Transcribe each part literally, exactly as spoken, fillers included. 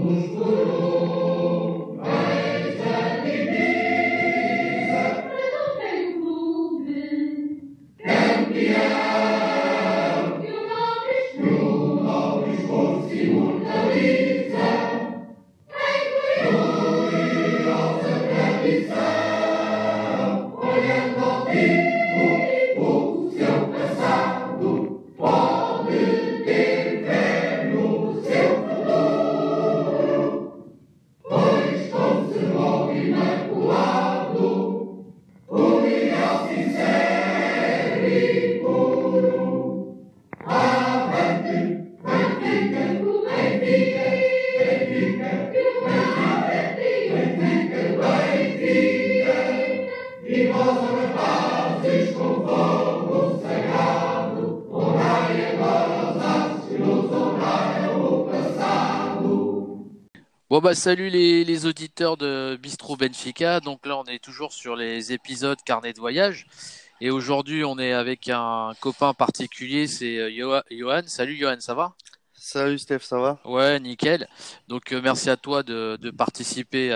Bon bah salut les, les auditeurs de Bistro Benfica. Donc là on est toujours sur les épisodes carnet de voyage et aujourd'hui on est avec un copain particulier, c'est euh, Johan. Johan. Salut Johan, ça va? Salut Steph, ça va? Ouais, nickel. Donc euh, merci à toi de, de participer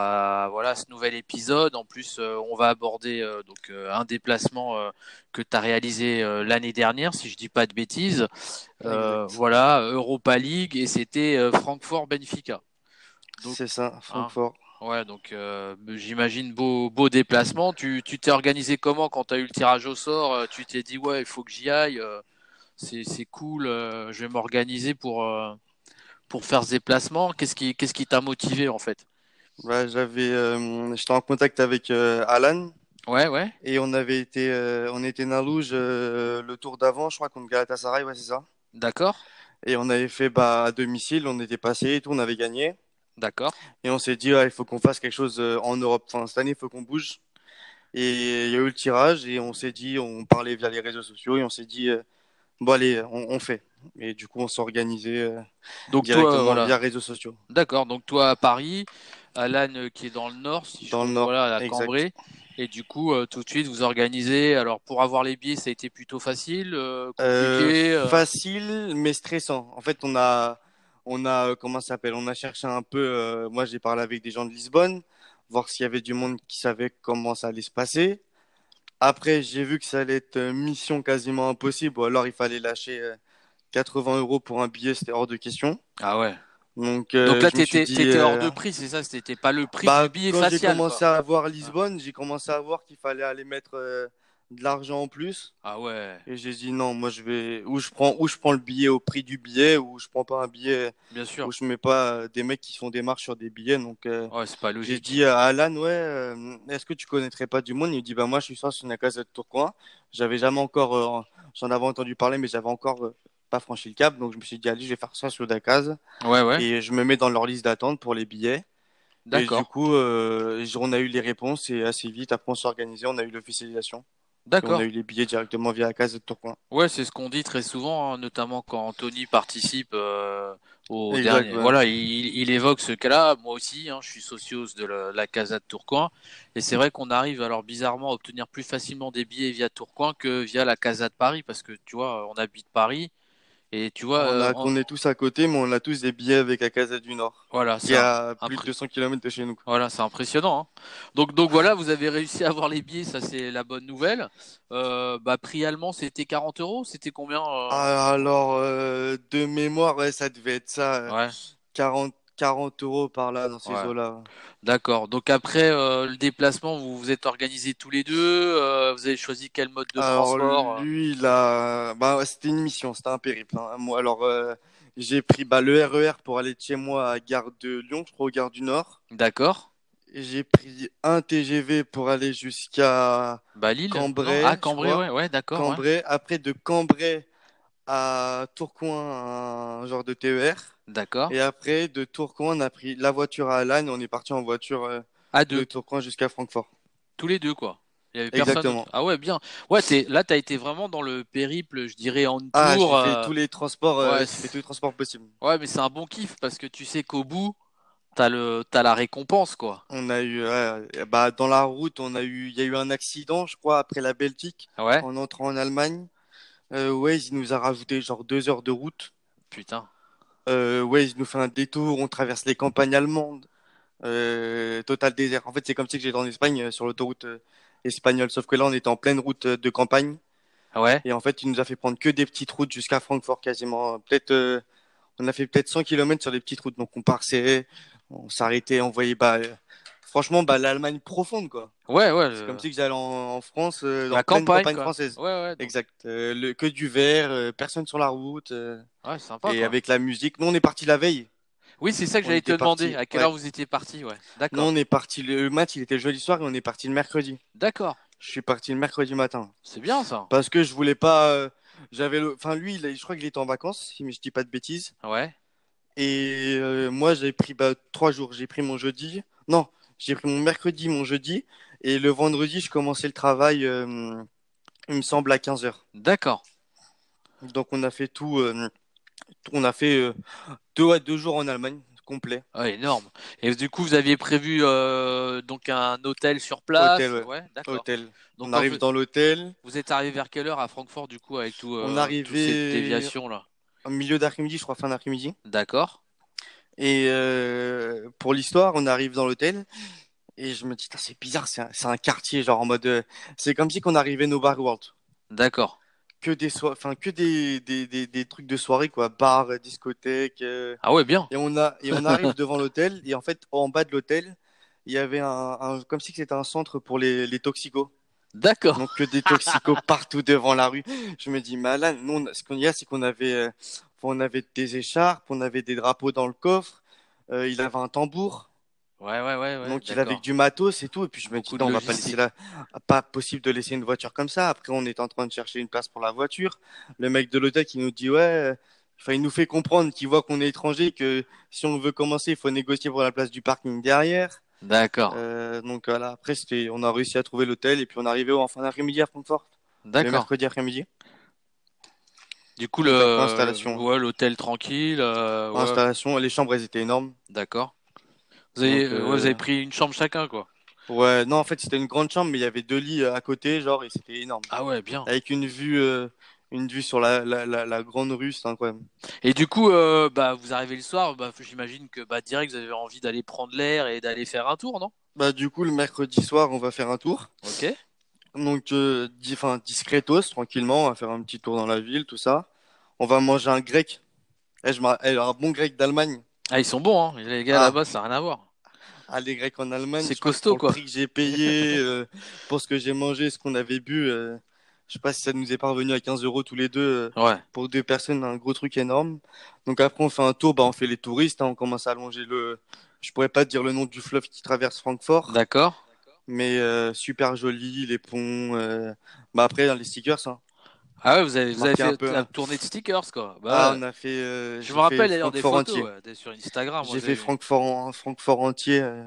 à voilà ce nouvel épisode. En plus euh, on va aborder euh, donc euh, un déplacement euh, que tu as réalisé euh, l'année dernière si je dis pas de bêtises. Euh, Exact. voilà, Europa League et c'était euh, Francfort Benfica. Donc, C'est ça, hein, Francfort. ouais, donc euh, j'imagine beau beau déplacement. Tu tu t'es organisé comment quand tu as eu le tirage au sort? euh, Tu t'es dit ouais, il faut que j'y aille. euh, c'est c'est cool. euh, je vais m'organiser pour euh, pour faire ce déplacement. Qu'est-ce qui qu'est-ce qui t'a motivé en fait? Bah, j'avais, euh, j'étais en contact avec euh, Alan Ouais, ouais, et on avait été, euh, on était Nalouge euh, le tour d'avant, je crois, contre Galatasaray, ouais, c'est ça. d'accord, Et on avait fait bah, à domicile, on était passé et tout, on avait gagné. d'accord, Et on s'est dit, ouais, il faut qu'on fasse quelque chose euh, en Europe. Enfin, cette année, il faut qu'on bouge. Et il y a eu le tirage et on s'est dit, on parlait via les réseaux sociaux et on s'est dit, euh, bon allez, on, on fait. Et du coup, on s'est organisé euh, donc toi, euh, directement voilà, via réseaux sociaux. d'accord. Donc toi à Paris, Alan euh, qui est dans le nord, si je Dans le nord, voilà à exact. Cambrai. Et du coup, euh, tout de suite, vous organisez. Alors, pour avoir les billets, ça a été plutôt facile, euh, Euh, compliqué. euh facile mais stressant. En fait, on a, on a, euh, comment ça s'appelle? On a cherché un peu. Euh, moi, j'ai parlé avec des gens de Lisbonne, voir s'il y avait du monde qui savait comment ça allait se passer. Après, j'ai vu que ça allait être euh, mission quasiment impossible, ou alors il fallait lâcher euh, quatre-vingts euros pour un billet, c'était hors de question. Ah ouais. Donc, Donc euh, là, je me suis t'étais, dit, t'étais hors euh, de prix, c'est ça? C'était pas le prix du bah, billet quand j'ai facial, commencé quoi. à voir Ah, Lisbonne, j'ai commencé à voir qu'il fallait aller mettre euh, de l'argent en plus. ah ouais, Et j'ai dit non, moi je vais ou je prends ou je prends le billet au prix du billet ou je prends pas un billet bien où sûr. je mets pas euh, des mecs qui font des marches sur des billets. Donc euh, Ouais, c'est pas j'ai logique. dit à Alan ouais, euh, est-ce que tu connaîtrais pas du monde? Il me dit bah moi je suis sur une case de Tourcoing. J'avais jamais encore euh, j'en avais entendu parler mais j'avais encore euh, pas franchi le cap. Donc je me suis dit allez je vais faire ça sur Dakar Ouais, ouais. et je me mets dans leur liste d'attente pour les billets. Et du D'accord, coup euh, on a eu les réponses et assez vite après on s'est organisé, on a eu l'officialisation et on a d'accord. eu les billets directement via la case de Tourcoing. Ouais, c'est ce qu'on dit très souvent, hein, notamment quand Anthony participe euh, au Exact, dernier. ouais. Voilà, il, il évoque ce cas-là. Moi aussi, hein, je suis socios de la, la Casa de Tourcoing, et c'est vrai qu'on arrive alors bizarrement à obtenir plus facilement des billets via Tourcoing que via la Casa de Paris, parce que tu vois, on habite Paris, et tu vois, On euh, a, on- qu'on est tous à côté, mais on a tous des billets avec la Casa du Nord, voilà, qui c'est est un, à un plus de prix. deux cents kilomètres de chez nous. Voilà, c'est impressionnant, hein. Donc, donc voilà, vous avez réussi à avoir les billets, ça c'est la bonne nouvelle. Euh, bah, prix allemand, c'était quarante euros, c'était combien euh Ah, alors, euh, de mémoire, ouais, ça devait être ça, euh, Ouais, quarante, quarante euros par là, dans ces ouais, eaux-là. d'accord. Donc après euh, le déplacement, vous vous êtes organisés tous les deux, euh, vous avez choisi quel mode de Alors, transport? euh lui, il a, bah, ouais, c'était une mission, c'était un périple, hein. Moi, alors, euh, j'ai pris, bah, le R E R pour aller de chez moi à Gare de Lyon, je crois, au Gare du Nord. D'accord. Et j'ai pris un T G V pour aller jusqu'à Bah Lille, non? Ah Cambrai, je Cambrai, ouais, crois. ouais, d'accord, ouais. Cambrai. Après, de Cambrai à Tourcoing, un genre de T E R. D'accord. Et après, de Tourcoing, on a pris la voiture à Alan et on est parti en voiture euh, À de deux, Tourcoing jusqu'à Francfort. tous les deux quoi. Il y avait personne d'autre. Exactement. Ah ouais, bien. Ouais, t'es là, t'as été vraiment dans le périple, je dirais en Ah, tour. j'ai fait euh, tous les transports, euh, Ouais, j'ai fait tous c'est- les transports possibles. ouais, mais c'est un bon kiff parce que tu sais qu'au bout, t'as le, t'as la récompense quoi. On a eu, ouais, bah, dans la route, on a eu, il y a eu un accident, je crois, après la Belgique, Ouais. en entrant en Allemagne. Euh, Waze, il nous a rajouté genre deux heures de route. Putain. Euh, ouais, il nous fait un détour, on traverse les campagnes allemandes, euh, total désert. En fait, c'est comme si que j'étais en Espagne euh, sur l'autoroute euh, espagnole, sauf que là, on était en pleine route euh, de campagne. Ouais. Et en fait, il nous a fait prendre que des petites routes jusqu'à Francfort quasiment. Peut-être, euh, on a fait peut-être cent kilomètres sur des petites routes. Donc, on passait, on s'arrêtait, on voyait, bah, euh, franchement, bah, l'Allemagne profonde, quoi. Ouais, ouais. C'est comme le- si que j'allais en, en France, euh, dans La pleine campagne, campagne quoi. française. Ouais, ouais. Donc, Exact. Euh, le, que du vert, euh, personne sur la route, euh, ouais, sympa, et quoi. avec la musique. Nous, on est parti la veille. Oui, c'est ça que On j'allais te était demander. parti, À quelle ouais. heure vous étiez parti, ouais. Nous, D'accord. on est parti, le match, il était le jeudi soir et on est parti le mercredi. D'accord. Je suis parti le mercredi matin. C'est bien, ça. Parce que je voulais pas, euh, j'avais le, enfin, lui, il a- je crois qu'il était en vacances, si je dis pas de bêtises. Ouais. Et euh, moi, j'ai pris bah, trois jours. J'ai pris mon jeudi. Non, j'ai pris mon mercredi, mon jeudi. Et le vendredi, je commençais le travail, euh, il me semble, à quinze heures. D'accord. Donc, on a fait tout. Euh, on a fait euh, deux, ouais, deux jours en Allemagne, complet. Ouais, énorme. Et du coup, vous aviez prévu euh, donc un hôtel sur Hôtel, place? ouais. Ouais, d'accord. Hôtel. Donc On quand vous, arrive dans l'hôtel. vous êtes arrivé vers quelle heure à Francfort du coup avec tout, On euh, toutes ces arrivait déviations là? au milieu d'après-midi, je crois, fin d'après-midi. D'accord. Et euh, pour l'histoire, on arrive dans l'hôtel. Et je me dis, Tain, c'est bizarre, c'est un, c'est un quartier, genre en mode. euh, c'est comme si qu'on arrivait au Bar World. D'accord. Que des so- enfin que des, des, des, des trucs de soirée quoi, bar, euh, discothèque, euh, Ah ouais, bien. et on a et on arrive devant l'hôtel et en fait en bas de l'hôtel il y avait un, un- comme si c'était un centre pour les, les toxicos, D'accord. donc que des toxicos partout devant la rue. Je me dis malade, nous on a- ce qu'on y a c'est qu'on avait euh, on avait des écharpes, on avait des drapeaux dans le coffre, euh, il avait un tambour. Ouais, ouais, ouais, ouais, Donc il avait que d'accord. du matos et tout. Et puis je me dis, Beaucoup de non, on va pas laisser logistique. la... Pas possible de laisser une voiture comme ça. Après, on est en train de chercher une place pour la voiture. Le mec de l'hôtel qui nous dit, ouais, euh, enfin, il nous fait comprendre qu'il voit qu'on est étranger, que si on veut commencer, il faut négocier pour la place du parking derrière. D'accord. Euh, donc voilà, après, c'était... on a réussi à trouver l'hôtel et puis on est arrivé en fin d'après-midi à Francfort, le D'accord. mercredi après-midi. Du coup, Donc après, le, installation. ouais, l'hôtel tranquille. euh, ouais, Installation, les chambres, elles étaient énormes. d'accord. Vous avez, Donc, euh, ouais, vous avez euh, pris une chambre chacun, quoi. ouais, non, en fait, c'était une grande chambre, mais il y avait deux lits euh, à côté, genre, et c'était énorme. Ah ouais, bien. Avec une vue, euh, une vue sur la, la, la, la grande rue, c'est incroyable. Et du coup, euh, bah, vous arrivez le soir, bah, j'imagine que bah, direct, vous avez envie d'aller prendre l'air et d'aller faire un tour, non? Bah, du coup, le mercredi soir, on va faire un tour. Ok. Donc, euh, di- enfin, discretos, tranquillement, on va faire un petit tour dans la ville, tout ça. On va manger un grec. Eh, je m'a- eh, un bon grec d'Allemagne. Ah, ils sont bons, hein. Les gars Ah, là-bas, ça n'a rien à voir. ah, les grecs en Allemagne, C'est je crois que costaud, pour le quoi. prix que j'ai payé, euh, pour ce que j'ai mangé, ce qu'on avait bu, euh, je sais pas si ça nous est parvenu à quinze euros tous les deux, euh, Ouais. pour deux personnes, un gros truc énorme. Donc après, on fait un tour, bah, on fait les touristes, hein, on commence à longer le, je pourrais pas te dire le nom du fleuve qui traverse Francfort, D'accord. mais euh, super joli, les ponts. euh, Bah après, hein, les stickers, hein, Ah ouais, vous avez, vous avez marqué un fait peu. la Hein. tournée de stickers, quoi. Ah, Bah ouais. on a fait, euh, Je me j'ai fait rappelle d'ailleurs des Francfort photos entier. ouais, des- sur Instagram, moi J'ai fait j'ai vu. Francfort, en- Francfort entier. euh,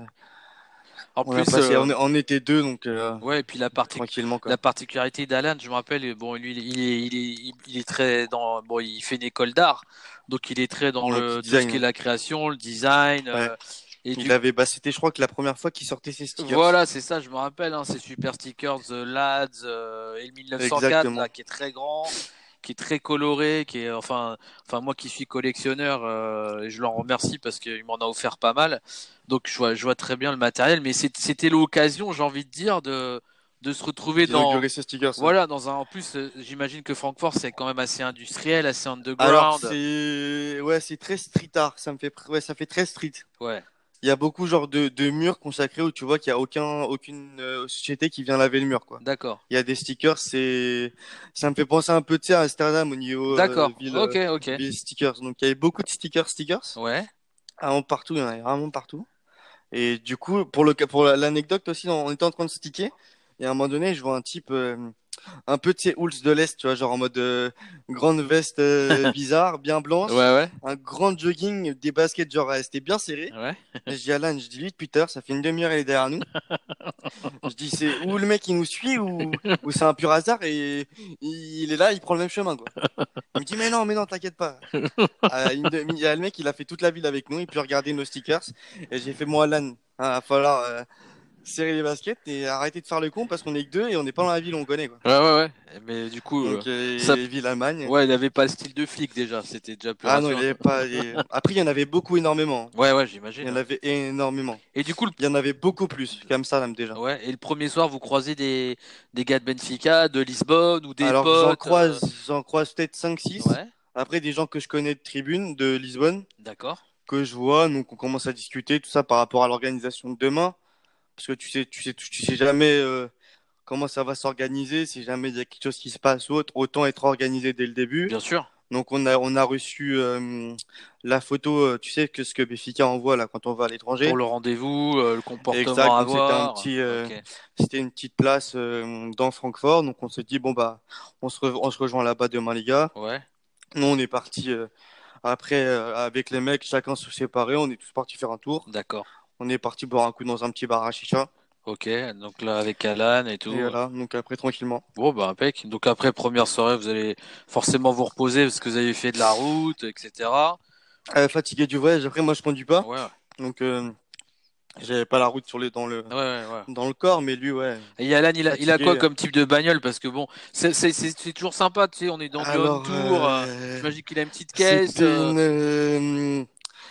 En On a plus, passé, euh, on, est- on était deux, donc euh, ouais, et puis la partie, tranquillement la quoi. particularité d'Alan, je me rappelle, bon, lui, il est, il est, il est, il est très dans, bon, il fait une école d'art, donc il est très dans Donc, il le tout ce design. qui est Hein. la création, le design, Ouais. euh, et Il du avait, bah, c'était, je crois que la première fois qu'il sortait ses stickers. voilà, c'est ça, je me rappelle, hein, ces super stickers The Lads euh, et le mille neuf cent quatre là, Exactement. qui est très grand, qui est très coloré, qui est enfin, enfin moi qui suis collectionneur, euh, et je l'en remercie parce qu'il m'en a offert pas mal. Donc je vois, je vois très bien le matériel, mais c'est- c'était l'occasion, j'ai envie de dire, de de se retrouver dans D'inaugurer ses stickers. Ouais. voilà dans un. En plus, euh, j'imagine que Francfort c'est quand même assez industriel, assez Alors, underground. c'est, ouais, c'est très street art. Ça me fait, ouais, ça fait très street. Ouais, Il y a beaucoup genre de, de murs consacrés où tu vois qu'il y a aucun, aucune euh, société qui vient laver le mur, quoi. d'accord, Il y a des stickers, c'est, ça me fait penser un peu, tu sais, à Amsterdam au niveau euh, d'accord, ville, ok, euh, ok, ville stickers. Donc il y avait beaucoup de stickers, stickers, ouais, vraiment partout, il y en avait vraiment partout. Et du coup, pour le, pour la- l'anecdote aussi, on était en train de sticker, et à un moment donné, je vois un type, euh, un peu, tu sais, Ours de l'Est, tu vois, genre en mode euh, grande veste euh, bizarre, bien ouais, blanche, ouais, un grand jogging, des baskets, genre, euh, c'était bien serré. ouais. Et je dis Alan, je dis lui, Peter, ça fait une demi-heure, il est derrière nous. Je dis, c'est ou le mec il nous suit ou, ou c'est un pur hasard et il est là, il prend le même chemin, quoi. Il me dit, mais non, mais non, t'inquiète pas. Ah, une demi- il y a le mec, il a fait toute la ville avec nous, il peut regarder nos stickers. Et j'ai fait, moi, Alan, il va falloir, euh, serrer les baskets et arrêter de faire le con parce qu'on est que deux et on n'est pas dans la ville où on connaît, quoi. Ouais, ouais, ouais. Mais du coup, euh, Donc, ça, euh, ville Allemagne. ouais, il avait pas le style de flic déjà. C'était déjà plus Ah non, il rassurant. avait pas. il- Après, il y en avait beaucoup, énormément. Ouais, ouais, Il j'imagine. y en Ouais. avait énormément. Et du coup, le, Il y en avait beaucoup plus qu'Amsterdam déjà. ouais, et le premier soir, vous croisez des, des gars de Benfica, de Lisbonne ou des Alors, j'en potes. euh, croise, j'en croise peut-être cinq six. Ouais, Après, des gens que je connais de tribune, de Lisbonne, d'accord. que je vois. Donc, on commence à discuter, tout ça par rapport à l'organisation de demain. Parce que tu sais, tu sais, tu sais jamais euh, comment ça va s'organiser. Si jamais il y a quelque chose qui se passe ou autre, autant être organisé dès le début. Bien sûr. Donc, on a, on a reçu euh, la photo, euh, tu sais, que ce que Béfica envoie là quand on va à Pour l'étranger. le rendez-vous, euh, le comportement Exact. à Donc, c'était un avoir. petit, euh, Ok. c'était une petite place euh, dans Francfort. Donc, on s'est dit, bon, bah, on se, re- on se rejoint là-bas demain, les gars. Ouais, Nous, on est parti euh, après euh, avec les mecs, chacun se séparer. On est tous partis faire un tour. d'accord. On est parti boire un coup dans un petit bar à chicha. Ok, donc là avec Alan et Et tout. voilà. Donc, après, tranquillement. Bon, bah, impec. Donc après, première soirée, vous allez forcément vous reposer parce que vous avez fait de la route, et cetera. Euh, fatigué du voyage. Après, moi, je conduis pas. Ouais, ouais, Donc, euh, j'avais pas la route sur les, dans le, ouais, ouais, ouais. dans le corps. Mais lui, ouais, Et Alan, il a, il a quoi fatigué. comme type de bagnole? Parce que bon, c'est c'est- c'est- c'est toujours sympa, tu sais, on est dans du on Alors, tour. euh, euh, j'imagine qu'il a une petite caisse. c'était euh, une. euh,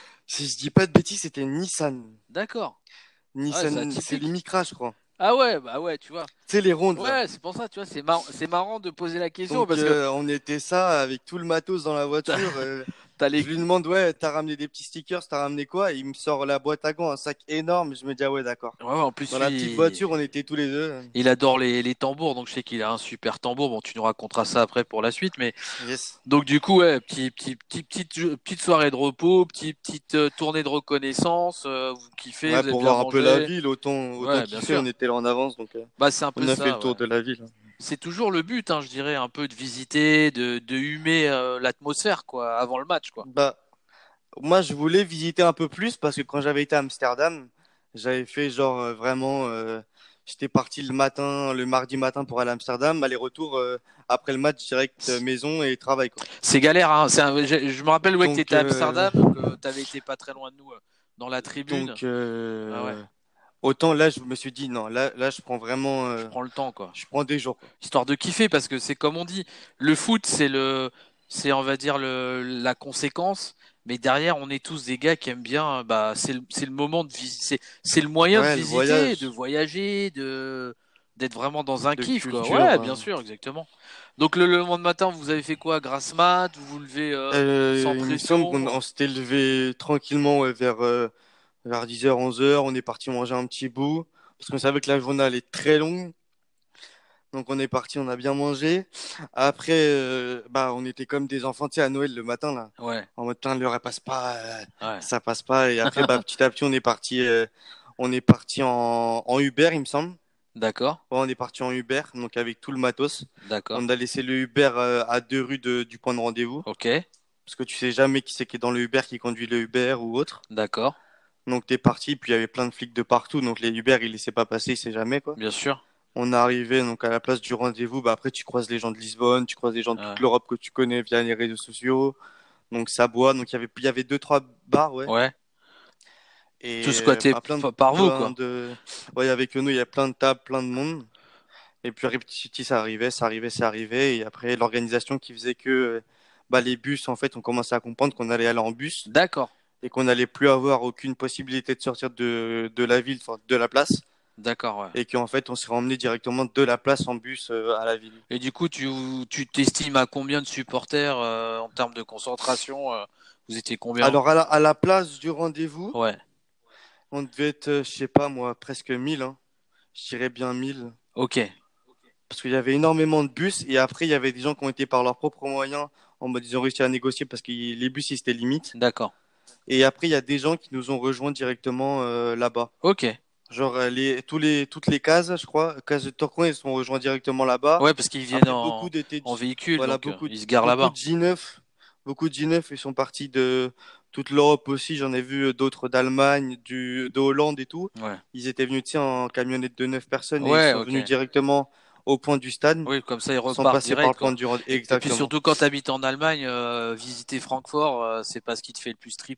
si je dis pas de bêtises, c'était une Nissan. D'accord. Ah ouais, c'est Nissan, c'est les atypique. Micra, je crois. Ah ouais, bah ouais, tu vois. Tu sais, les rondes, là. Ouais, c'est pour ça, tu vois, c'est marrant, c'est marrant de poser la question Donc, parce que euh, on était ça avec tout le matos dans la t'as, voiture. euh, t'as je les, lui demande, ouais, t'as ramené des petits stickers, t'as ramené quoi? Et il me sort la boîte à gants, un sac énorme. Je me dis, ah ouais, d'accord. ouais, ouais, en plus Dans la petite lui, voiture, on était tous les deux. il adore les, les tambours, donc je sais qu'il a un super tambour. Bon, tu nous raconteras ça après pour la suite, mais Yes. donc du coup, ouais, petit, petit, petit, petite, petite soirée de repos, petit, petite euh, tournée de reconnaissance. euh, vous kiffez, Ouais, vous avez pour bien voir un peu la mangé. ville, autant, autant Ouais, bien kiffer, on sûr. était là en avance, donc euh, Bah, c'est un peu on a fait le ça, ouais. tour de la ville. C'est toujours le but, hein, je dirais, un peu de visiter, de, de humer euh, l'atmosphère, quoi, avant le match, quoi. Bah, moi, je voulais visiter un peu plus parce que quand j'avais été à Amsterdam, j'avais fait genre euh, vraiment. euh, j'étais parti le matin, le mardi matin pour aller à Amsterdam, aller-retour euh, après le match direct euh, maison et travail, quoi. C'est galère, hein. C'est un- je, je me rappelle, ouais, que Donc, t'étais à euh, Amsterdam, donc euh, t'avais été pas très loin de nous, euh, dans la tribune. donc Ah ouais, euh, autant là, je me suis dit non, là, là, je prends vraiment, je euh, prends le temps, quoi. je prends des jours, quoi. Histoire de kiffer, parce que c'est comme on dit, le foot, c'est le, c'est, on va dire, le, la conséquence. Mais derrière, on est tous des gars qui aiment bien, bah, c'est le, c'est le moment de visiter, c'est c'est le moyen de Ouais, le visiter, de voyage voyager, de, d'être vraiment dans un de kiff, quoi. culture. Ouais, bien euh, sûr, exactement. Donc, le, le lendemain matin, vous avez fait quoi? Grasse mat, vous vous levez, euh, sans euh, il me semble qu'on pression? on s'était levé tranquillement ouais, vers euh, vers dix heures, onze heures. On est parti manger un petit bout parce qu'on savait que la journée allait être très longue. Donc on est parti, on a bien mangé. Après, euh, bah on était comme des enfants, tu sais, à Noël le matin là, Ouais, en mode putain l'heure elle passe pas, euh, ouais. ça passe pas. Et après, bah petit à petit on est parti, euh, on est parti en, en Uber, il me semble. D'accord, Ouais, on est parti en Uber, donc avec tout le matos. d'accord. On a laissé le Uber euh, à deux rues de- du point de rendez-vous, Ok, parce que tu sais jamais qui c'est qui est dans le Uber, qui conduit le Uber ou autre. d'accord, Donc t'es parti, puis il y avait plein de flics de partout, donc les Uber ils laissaient pas passer, c'est jamais quoi. bien sûr. On est arrivé donc à la place du rendez-vous. Bah, après, tu croises les gens de Lisbonne, tu croises les gens de toute Ouais. l'Europe que tu connais via les réseaux sociaux. Donc ça boit. Donc il y avait, il y avait deux, trois bars, ouais. Ouais. Tout Et euh, squatté bah, plein de, f- par vous, plein quoi. de, ouais, avec nous, il y a plein de tables, plein de monde. Et puis petit à petit, ça arrivait, ça arrivait, ça arrivait. Et après, l'organisation qui faisait que euh, bah, les bus, en fait, on commençait à comprendre qu'on allait aller en bus D'accord, et qu'on n'allait plus avoir aucune possibilité de sortir de, de la ville, enfin, de la place. d'accord, ouais. Et qu'en fait, on s'est emmené directement de la place en bus euh, à la ville. Et du coup, tu tu t'estimes à combien de supporters euh, en termes de concentration euh, vous étiez combien? Alors, à la, à la place du rendez-vous, Ouais. on devait être, euh, je sais pas moi, presque mille, hein. Je dirais bien mille. Ok, Parce qu'il y avait énormément de bus et après, il y avait des gens qui ont été par leurs propres moyens en mode ils ont réussi à négocier parce que les bus, ils étaient limites. d'accord. Et après, il y a des gens qui nous ont rejoints directement euh, là-bas. Ok. Genre, euh, les, tous les, toutes les cases, je crois, cases de Tourcoing, ils sont rejoints directement là-bas. Ouais, parce qu'ils viennent Après, beaucoup en d'étaient, en véhicule, voilà, donc euh, beaucoup, de- ils se garent beaucoup de là-bas. J neuf, beaucoup de J neuf, ils sont partis de toute l'Europe aussi. J'en ai vu d'autres d'Allemagne, du, de Hollande et tout. Ouais. Ils étaient venus, tu sais, en camionnette de neuf personnes et ils Ouais, sont ok. venus directement au point du stade, Oui, comme ça ils sans repartent passer par le direct, point quoi. du Et puis exactement. surtout quand tu habites en Allemagne, euh, visiter Francfort, euh, c'est pas ce qui te fait le plus triper.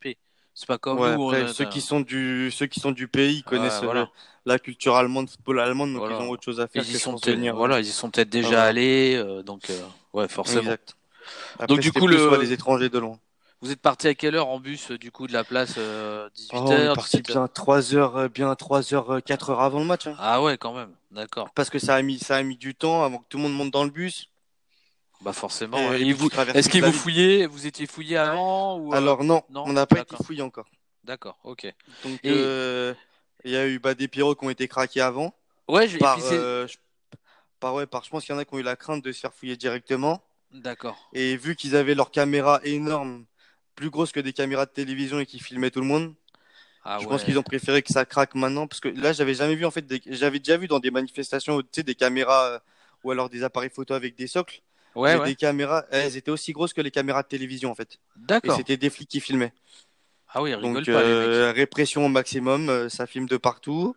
C'est pas comme Ouais, nous, on après, a, ceux qui t'as- sont du, ceux qui sont du pays ils ouais, connaissent euh, voilà, la culture allemande, football allemande, donc ils ont voilà. autre chose à faire Ils y que, je sont pense, peut-être, venir. euh, voilà, ils y sont peut-être ah, déjà voilà, allés, euh, donc, euh, ouais, forcément. exact. Donc Après, du c'était coup, plus ouais, le, les étrangers de loin. vous êtes parti à quelle heure en bus, euh, du coup, de la place, euh, Oh, on est dix-huit heures, parti dix-sept heures? bien trois heures, euh, bien trois heures, euh, quatre heures avant le match, hein. Ah ouais, quand même, d'accord. Parce que ça a mis, ça a mis du temps avant que tout le monde monte dans le bus. Bah forcément. Et, et Et puis tu vous, traverses est-ce toute qu'ils la vous ville. fouillaient? Vous étiez fouillé avant ou euh, Alors non, non? on n'a pas été D'accord, fouillé encore. d'accord, ok. Donc Et euh, il y a eu bah, des pyros qui ont été craqués avant. ouais, je- et puis Par, c'est, euh, je- par, ouais, par, je pense qu'il y en a qui ont eu la crainte de se faire fouiller directement. d'accord. Et vu qu'ils avaient leurs caméras énormes, plus grosses que des caméras de télévision et qui filmaient tout le monde, Ah je pense ouais, qu'ils ont préféré que ça craque maintenant. Parce que là, j'avais jamais vu en fait, des- j'avais déjà vu dans des manifestations, tu sais, des caméras euh, ou alors des appareils photo avec des socles. ouais, Mais ouais, des caméras, elles étaient aussi grosses que les caméras de télévision en fait. Et d'accord. c'était des flics qui filmaient. Ah oui, ils rigolent Donc pas les mecs. euh, répression au maximum, euh, ça filme de partout.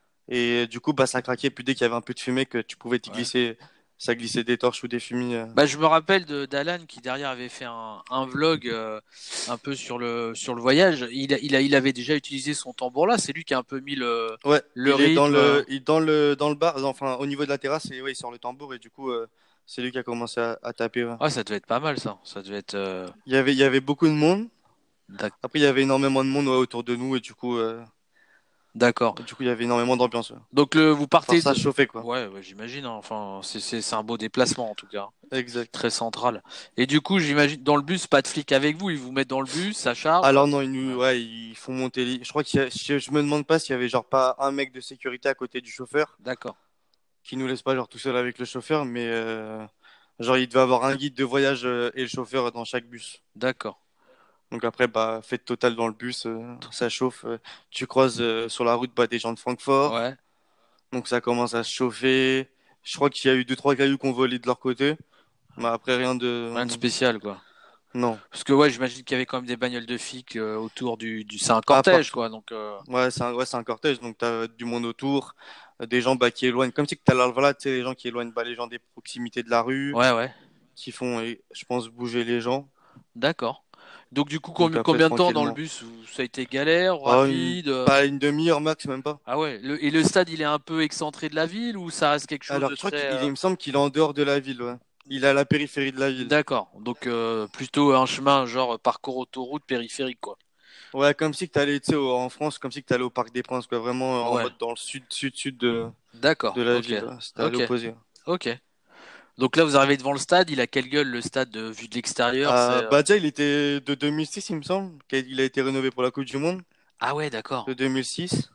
Et du coup, bah, ça craquait. Puis dès qu'il y avait un peu de fumée, que tu pouvais t'y Ouais. glisser, ça glissait des torches ou des fumis. euh. Bah je me rappelle de d'Alan qui derrière avait fait un, un vlog euh, un peu sur le sur le voyage. Il a, il a, il avait déjà utilisé son tambour là. C'est lui qui a un peu mis le Ouais, le il est dans rythme. euh. le, il, dans le, dans le bar, enfin au niveau de la terrasse, et ouais, il sort le tambour et du coup, euh, c'est lui qui a commencé à, à taper. Ouais. Ah, ça devait être pas mal ça. Ça devait être euh, Il y avait, il y avait beaucoup de monde. d'ac- Après, il y avait énormément de monde ouais, autour de nous et du coup, euh, d'accord. du coup, il y avait énormément d'ambiance. Ouais. Donc le vous Genre partez ça de... chauffait quoi. Ouais, ouais, j'imagine, hein. Enfin, c'est c'est c'est un beau déplacement en tout cas, Exact. très central. Et du coup, j'imagine dans le bus, pas de flics avec vous, ils vous mettent dans le bus, ça charge. Alors non, ils nous, Ouais. ouais, ils font monter. les- Je crois qu'il y a- je, je me demande pas s'il y avait genre pas un mec de sécurité à côté du chauffeur D'accord, qui nous laisse pas genre tout seul avec le chauffeur, mais euh, genre il devait avoir un guide de voyage euh, et le chauffeur dans chaque bus. d'accord. Donc après, bah, fête totale dans le bus, euh, ça chauffe. euh, tu croises euh, sur la route bah, des gens de Francfort, Ouais, donc ça commence à se chauffer. Je crois qu'il y a eu deux, trois cailloux qu'on volé de leur côté, mais après rien rien de de... spécial quoi. Non. Parce que ouais, j'imagine qu'il y avait quand même des bagnoles de flics euh, autour du, du... C'est un Ah, cortège partout. quoi, donc euh, Ouais, c'est un, ouais, c'est un cortège, donc t'as du monde autour, euh, des gens bah, qui éloignent, comme si que t'as là, voilà, tu sais, les gens qui éloignent bah, les gens des proximités de la rue, ouais, ouais, qui font, et, je pense, bouger les gens. d'accord. Donc du coup, Donc combi- après, combien de temps dans le tranquillement. bus? Ça a été galère, Oh, une- rapide? euh pas une demi-heure max, même pas. Ah ouais. Le... Et le stade, il est un peu excentré de la ville ou ça reste quelque chose Alors, de je crois très... qu'il euh, il me semble qu'il est en dehors de la ville, ouais. Il est à la périphérie de la ville. D'accord. Donc euh, plutôt un chemin genre parcours autoroute périphérique quoi. Ouais, comme si que t'allais, tu sais, au- en France, comme si que t'allais au Parc des Princes, quoi, vraiment euh, en Ouais. mode dans le sud, sud, sud de, de D'accord. la Ok. ville. Ouais. C'était à Ok. l'opposé. Ok. Donc là, vous arrivez devant le stade. Il a quelle gueule le stade de... vu de l'extérieur? C'est Euh, euh, bah, déjà, il était de deux mille six, il me semble. qu'il- a été rénové pour la Coupe du Monde ah ouais, de d'accord. deux mille six.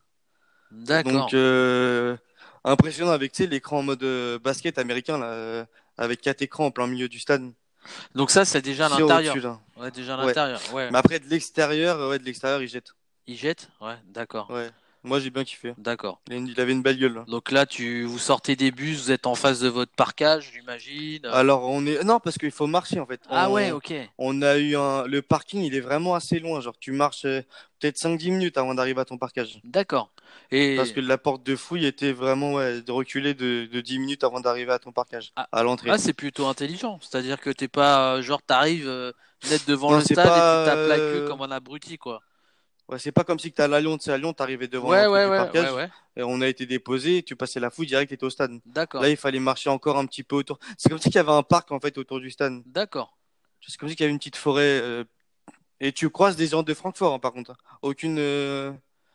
Donc, D'accord. euh, impressionnant avec, tu sais, l'écran en mode euh, basket américain, là, euh, avec quatre écrans en plein milieu du stade. Donc ça, c'est déjà à Tir au-dessus, l'intérieur. là. Ouais, déjà à Ouais. l'intérieur. Ouais. Mais après, de l'extérieur, euh, ouais, de l'extérieur, il jette. Il jette? Ouais, d'accord. Ouais. Moi, j'ai bien kiffé. D'accord. Il a une- il avait une belle gueule, là. Donc là, tu vous sortez des bus, vous êtes en face de votre parkage, j'imagine. Alors, on est. Non, parce qu'il faut marcher, en fait. Ah ouais, On, ok. on a eu un. Le parking, il est vraiment assez loin. Genre, tu marches euh, peut-être cinq dix minutes avant d'arriver à ton parkage. D'accord. Parce Et que la porte de fouille était vraiment, ouais, de reculer de, de dix minutes avant d'arriver à ton parquage, ah, à l'entrée. ah, c'est plutôt intelligent. C'est-à-dire que t'es pas euh, genre t'arrives euh, net devant Non, le c'est stade et tu pas. tapes la queue euh, comme un abruti, quoi. Ouais, c'est pas comme si que t'es à Lyon, tu sais, à Lyon, t'arrivais devant Ouais, l'entrée ouais, du ouais, ouais, parquage, ouais. et on a été déposé, tu passais la fouille direct, t'étais au stade. Là, D'accord. il fallait marcher encore un petit peu autour. C'est comme si qu'il y avait un parc, en fait, autour du stade. D'accord. C'est comme si qu'il y avait une petite forêt. euh, Et tu croises des gens de Francfort, hein, par contre. Hein. Aucune. euh,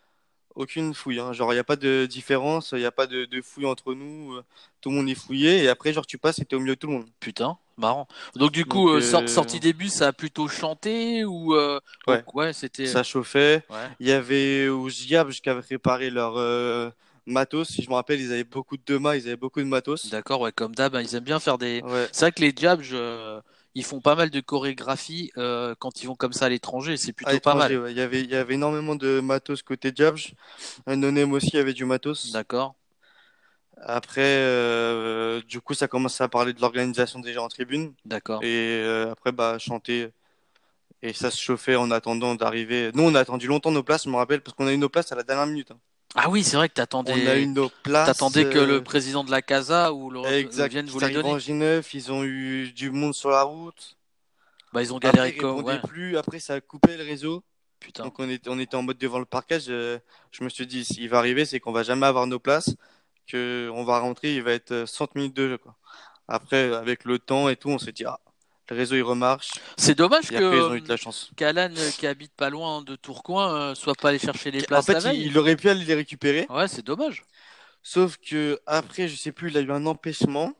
Aucune fouille, hein. Genre, il n'y a pas de différence, il n'y a pas de, de fouille entre nous. euh, Tout le monde est fouillé et après, genre, tu passes et t'es au milieu de tout le monde. Putain, marrant. Donc du coup, Donc, euh, sor- euh, sortie des bus, ça a plutôt chanté ou euh, au- ouais, ouais, c'était ça chauffait. ouais. Il y avait au Giab qui avait préparé leur euh, matos. Si je me rappelle, ils avaient beaucoup de Dema, ils avaient beaucoup de matos. D'accord, ouais, comme d'hab, hein, ils aiment bien faire des. Ouais, C'est vrai que les Jabs, je- ils font pas mal de chorégraphies euh, quand ils vont comme ça à l'étranger. C'est à plutôt pas l'étranger, mal. ouais. Il y avait, il y avait énormément de matos côté Diabj. Nonem aussi avait du matos. D'accord, Après, euh, du coup, ça commence à parler de l'organisation des gens en tribune. d'accord. Et euh, après, bah, chanter. Et ça se chauffait en attendant d'arriver. Nous, on a attendu longtemps nos places, je me rappelle, parce qu'on a eu nos places à la dernière minute. Hein. Ah oui, c'est vrai que On a eu t'attendais, nos places. t'attendais que le euh, président de la Casa ou le rep- exact. vienne vous Qui les arrivent en donner. G neuf, ils ont eu du monde sur la route. Bah ils ont Après, galéré ils comme, répondaient ouais. plus. Après, ça a coupé le réseau. Putain. Donc on était, on était en mode devant le parquage. euh, je me suis dit, s'il va arriver, c'est qu'on va jamais avoir nos places, que on va rentrer, il va être euh, soixante minutes de jeu, quoi. Après, avec le temps et tout, on s'est dit, ah, le réseau il remarche. C'est dommage Et que après, ils ont eu de euh, la chance. qu'Alan, euh, qui habite pas loin de Tourcoing, euh, soit pas allé chercher les En places la fait, il, veille. il aurait pu aller les récupérer, Ouais, c'est dommage. sauf que après, je sais plus, il a eu un empêchement.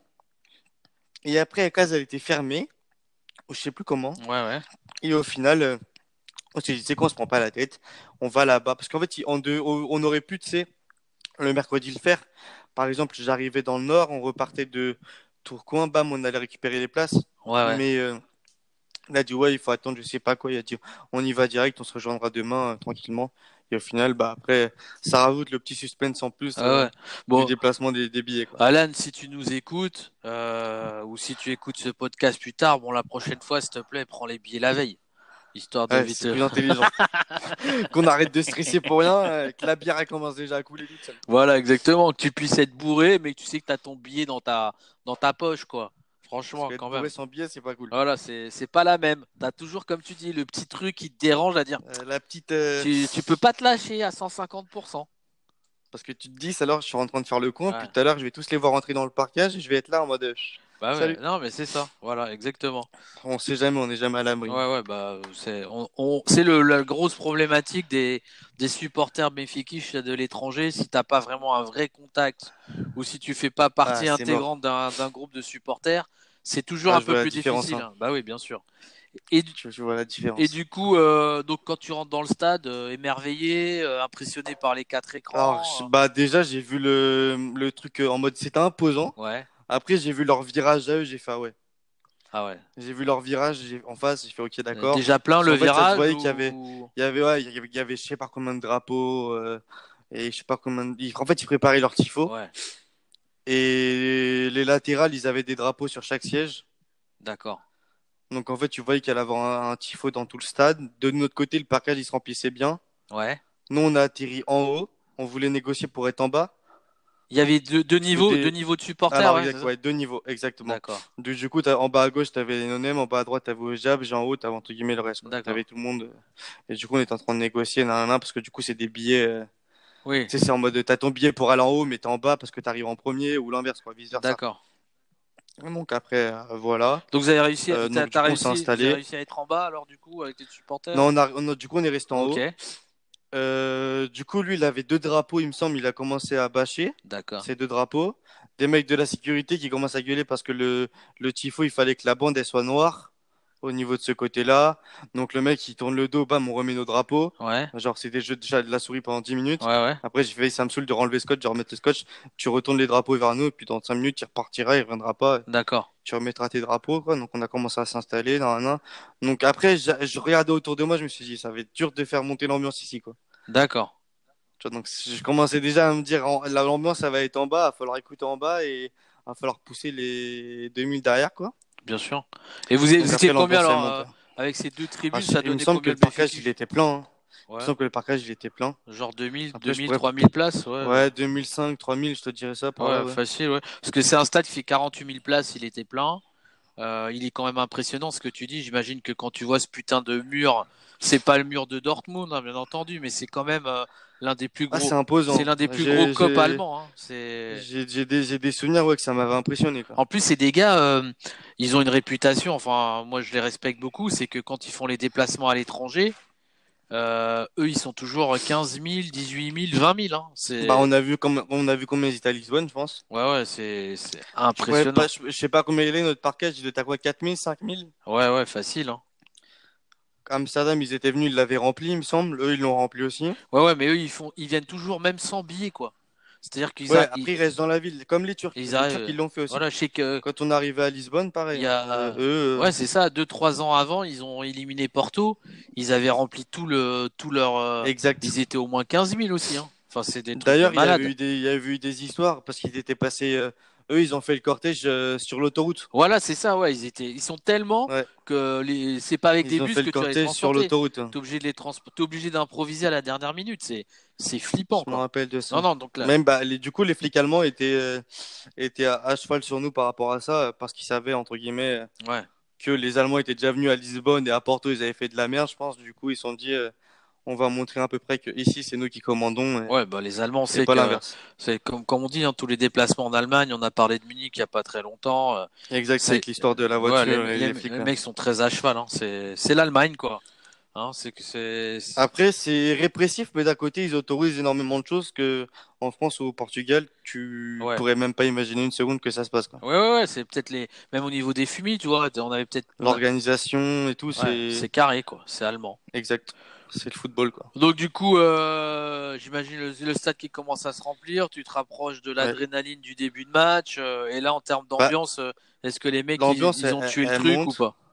Et après, la case, elle était fermée, ou je sais plus comment. Ouais, ouais. Et au final, euh, on s'est dit, c'est quoi, on se prend pas la tête, on va là-bas. Parce qu'en fait, il- en deux, on on aurait pu, tu sais, le mercredi le faire. Par exemple, j'arrivais dans le nord, on repartait de Tourcoing, bam, on allait récupérer les places. Ouais, ouais. Mais euh, il a dit, ouais, il faut attendre, je sais pas quoi. Il a dit, on y va direct, on se rejoindra demain, euh, tranquillement. Et au final, bah après, ça rajoute le petit suspense en plus Ah euh, ouais. du Bon, déplacement des, des billets, quoi. Alan, si tu nous écoutes, euh, ou si tu écoutes ce podcast plus tard, bon, la prochaine fois, s'il te plaît, prends les billets la veille. Histoire de Ouais, vite. c'est euh, plus intelligent. Qu'on arrête de stresser pour rien, euh, que la bière elle commence déjà à couler toute seule. Voilà, exactement. Que tu puisses être bourré, mais que tu sais que tu as ton billet dans ta, dans ta poche, quoi. Parce Franchement, qu'être quand bourré même. sans billet, c'est pas cool. Voilà, c'est, c'est pas la même. T'as toujours, comme tu dis, le petit truc qui te dérange à dire, Euh, la petite. euh, tu, tu peux pas te lâcher à cent cinquante pour cent. Parce que tu te dis, alors je suis en train de faire le con, puis Ouais. tout à l'heure je vais tous les voir rentrer dans le parcage et je vais être là en mode, euh, Chut, Bah ouais, salut. non, mais c'est ça. Voilà, exactement. On sait jamais, on n'est jamais à l'abri. Ouais, ouais, bah, c'est, on, on, c'est le, la grosse problématique des, des supporters béfiquiches de l'étranger. Si t'as pas vraiment un vrai contact ou si tu fais pas Ah, partie c'est mort. intégrante d'un, d'un groupe de supporters, c'est toujours Ah, un je peu vois la plus différence, difficile, hein. hein. Bah oui, bien sûr. Et, du- Je, je vois la et différence. du coup, euh, donc quand tu rentres dans le stade, euh, émerveillé, euh, impressionné par les quatre Alors, je- écrans. bah déjà, j'ai vu le, le truc euh, en mode, c'était imposant. euh, ouais. Après, j'ai vu leur virage à eux, j'ai fait, ah ouais. Ah ouais. J'ai vu leur virage j'ai- en face, j'ai fait, ok, Euh, d'accord. Déjà plein Parce le qu'en fait, ça se virage voyait qu'il y avait, ou. il y avait, ouais, il y avait, il y avait je sais pas combien de drapeaux, euh, et je sais pas combien de... ils- En fait, ils préparaient leur tifo. Ouais, Et les latérales, ils avaient des drapeaux sur chaque siège. d'accord. Donc en fait, tu voyais qu'il allait avoir un, un tifo dans tout le stade. De notre côté, le parquage, il se remplissait bien. Ouais. Nous, on a atterri en haut. On voulait négocier pour être en bas. Il y avait deux, deux Parce que niveaux, deux des... niveaux de supporters, Alors, ouais, c'est exact, ça? ouais, deux niveaux, exactement. D'accord. Du, du coup, t'as- en bas à gauche, tu avais les non en bas à droite, tu avais Ojab, et en haut, tu avais entre guillemets le reste. Tu D'accord. avais tout le monde. euh. Et du coup, on était en train de négocier, nan, nan, nan, parce que du coup, c'est des billets. euh, Oui, Tu sais, c'est en mode, tu as ton billet pour aller en haut, mais tu es en bas parce que tu arrives en premier, ou l'inverse, quoi, vice-versa. d'accord. Donc après, euh, voilà. Donc vous avez réussi, Euh, t'as, donc du t'as coup, on s'est réussi, vous avez installé. réussi à être en bas alors du coup avec tes supporters? Non, on a, on a- du coup, on est resté en Ok, haut. Euh, du coup, lui, il avait deux drapeaux, il me semble. Il a commencé à bâcher d'accord, ces deux drapeaux. Des mecs de la sécurité qui commencent à gueuler parce que le, le tifo, il fallait que la bande, elle soit noire au niveau de ce côté-là. Donc, le mec, il tourne le dos, bam, on remet nos drapeaux. ouais, Genre, c'était jeu déjà de la souris pendant dix minutes. ouais, ouais, Après, j'ai fait, ça me saoule de renlever le scotch, de remettre le scotch. Tu retournes les drapeaux vers nous, et puis dans cinq minutes, il repartira, il reviendra pas. d'accord, Tu remettras tes drapeaux, quoi. Donc, on a commencé à s'installer, nan, nan, nan. Donc, après, je, je regardais autour de moi, je me suis dit, ça va être dur de faire monter l'ambiance ici, quoi. d'accord, Tu vois, donc je commençais déjà à me dire, en- la- l'ambiance, ça va être en bas, il va falloir écouter en bas et il va falloir pousser les deux mille derrière, quoi. bien sûr. Et vous, êtes- Donc vous étiez après, combien l'ambiance, elle alors monte. euh, avec ces deux Ah, tribunes, je- ça il me donnait semble que combien le de parcage, il Béfiquiches? était plein, hein. Il me Ouais, semble que le parcage, il était plein. genre deux mille, Après, je deux mille, pourrais... trois mille places, ouais, Ouais, deux mille cinq, trois mille, je te dirais ça par là, ouais, ouais. facile, ouais. Parce que c'est un stade qui fait quarante-huit mille places, il était plein. Euh, il est quand même impressionnant ce que tu dis. J'imagine que quand tu vois ce putain de mur, c'est pas le mur de Dortmund, hein, bien entendu, mais c'est quand même euh, l'un des plus Ah, c'est gros, c'est imposant. l'un des plus gros J'ai copes j'ai- allemands, hein. C'est, j'ai- j'ai des, j'ai des souvenirs, ouais, que ça m'avait impressionné, quoi. en plus, c'est des gars, euh, ils ont une réputation. Enfin, moi, je les respecte beaucoup. C'est que quand ils font les déplacements à l'étranger, euh, eux, ils sont toujours quinze mille, dix-huit mille, vingt mille, hein. Bah, C'est, on a vu comme, on a vu combien ils étaient à Lisbonne, je pense. ouais, ouais, c'est, c'est Je pourrais pas, impressionnant. je, je sais pas combien il est, notre parquage, il était à quoi, quatre mille, cinq mille? Ouais, ouais, facile, hein. Amsterdam, ils étaient venus, ils l'avaient rempli, il me semble. Eux, ils l'ont rempli aussi. Ouais, ouais, mais eux, ils font, ils viennent toujours même sans billets, quoi. C'est-à-dire qu'ils Ouais, a- ils, après, ils restent dans la ville, comme les Turcs. ils Les Turcs, arrivent. ils l'ont fait aussi. Voilà, je sais que Quand on arrivait à Lisbonne, il pareil, y hein. Euh, a, eux, ouais, euh, c'est ça. Deux, trois ans avant, ils ont éliminé Porto. Ils avaient rempli tout le, tout leur, euh, exact. ils étaient au moins quinze mille aussi, hein. Enfin, c'est des trucs de D'ailleurs, il y avait malade. eu des, il y avait eu des histoires parce qu'ils étaient passés. euh, eux, ils ont fait le cortège euh, sur l'autoroute. Voilà, c'est ça, ouais. Ils étaient, ils sont tellement Ouais, que les, c'est pas avec des ils ont bus fait que le tu vas les cortège sur transporter. l'autoroute. T'es obligé de les trans, t'es obligé d'improviser à la dernière minute. C'est, c'est Je flippant, me quoi. rappelle de Non, ça. non, donc là, Même, bah, les, du coup, les flics allemands étaient, euh, étaient à, à cheval sur nous par rapport à ça euh, parce qu'ils savaient, entre guillemets, euh, ouais. que les Allemands étaient déjà venus à Lisbonne et à Porto, ils avaient fait de la merde, je pense. Du coup, ils se sont dit, euh, on va montrer à peu près que ici c'est nous qui commandons et, Ouais, bah les Allemands, et c'est pas que l'inverse. c'est comme comme on dit, hein, tous les déplacements en Allemagne. On a parlé de Munich il y a pas très longtemps. euh, Exact, c'est avec l'histoire de la ouais, les, voiture et les, les flics les là. mecs sont très à cheval. Hein. C'est c'est l'Allemagne quoi. Hein, c'est que c'est c'est- Après, c'est répressif, mais d'un côté, ils autorisent énormément de choses que en France ou au Portugal, tu ouais. pourrais même pas imaginer une seconde que ça se passe, quoi. Ouais, ouais, ouais, c'est peut-être les même au niveau des fumis, tu vois. On avait peut-être on a L'organisation et tout, ouais, c'est c'est carré quoi. C'est allemand. exact. C'est le football, quoi. Donc du coup, euh, j'imagine le, le stade qui commence à se remplir, tu te rapproches de Ouais. l'adrénaline du début de match, euh, et là en termes Bah, d'ambiance, euh, est-ce que les mecs ils, l'ambiance, ils elle, ont elle- tué le elle truc ou monte. pas?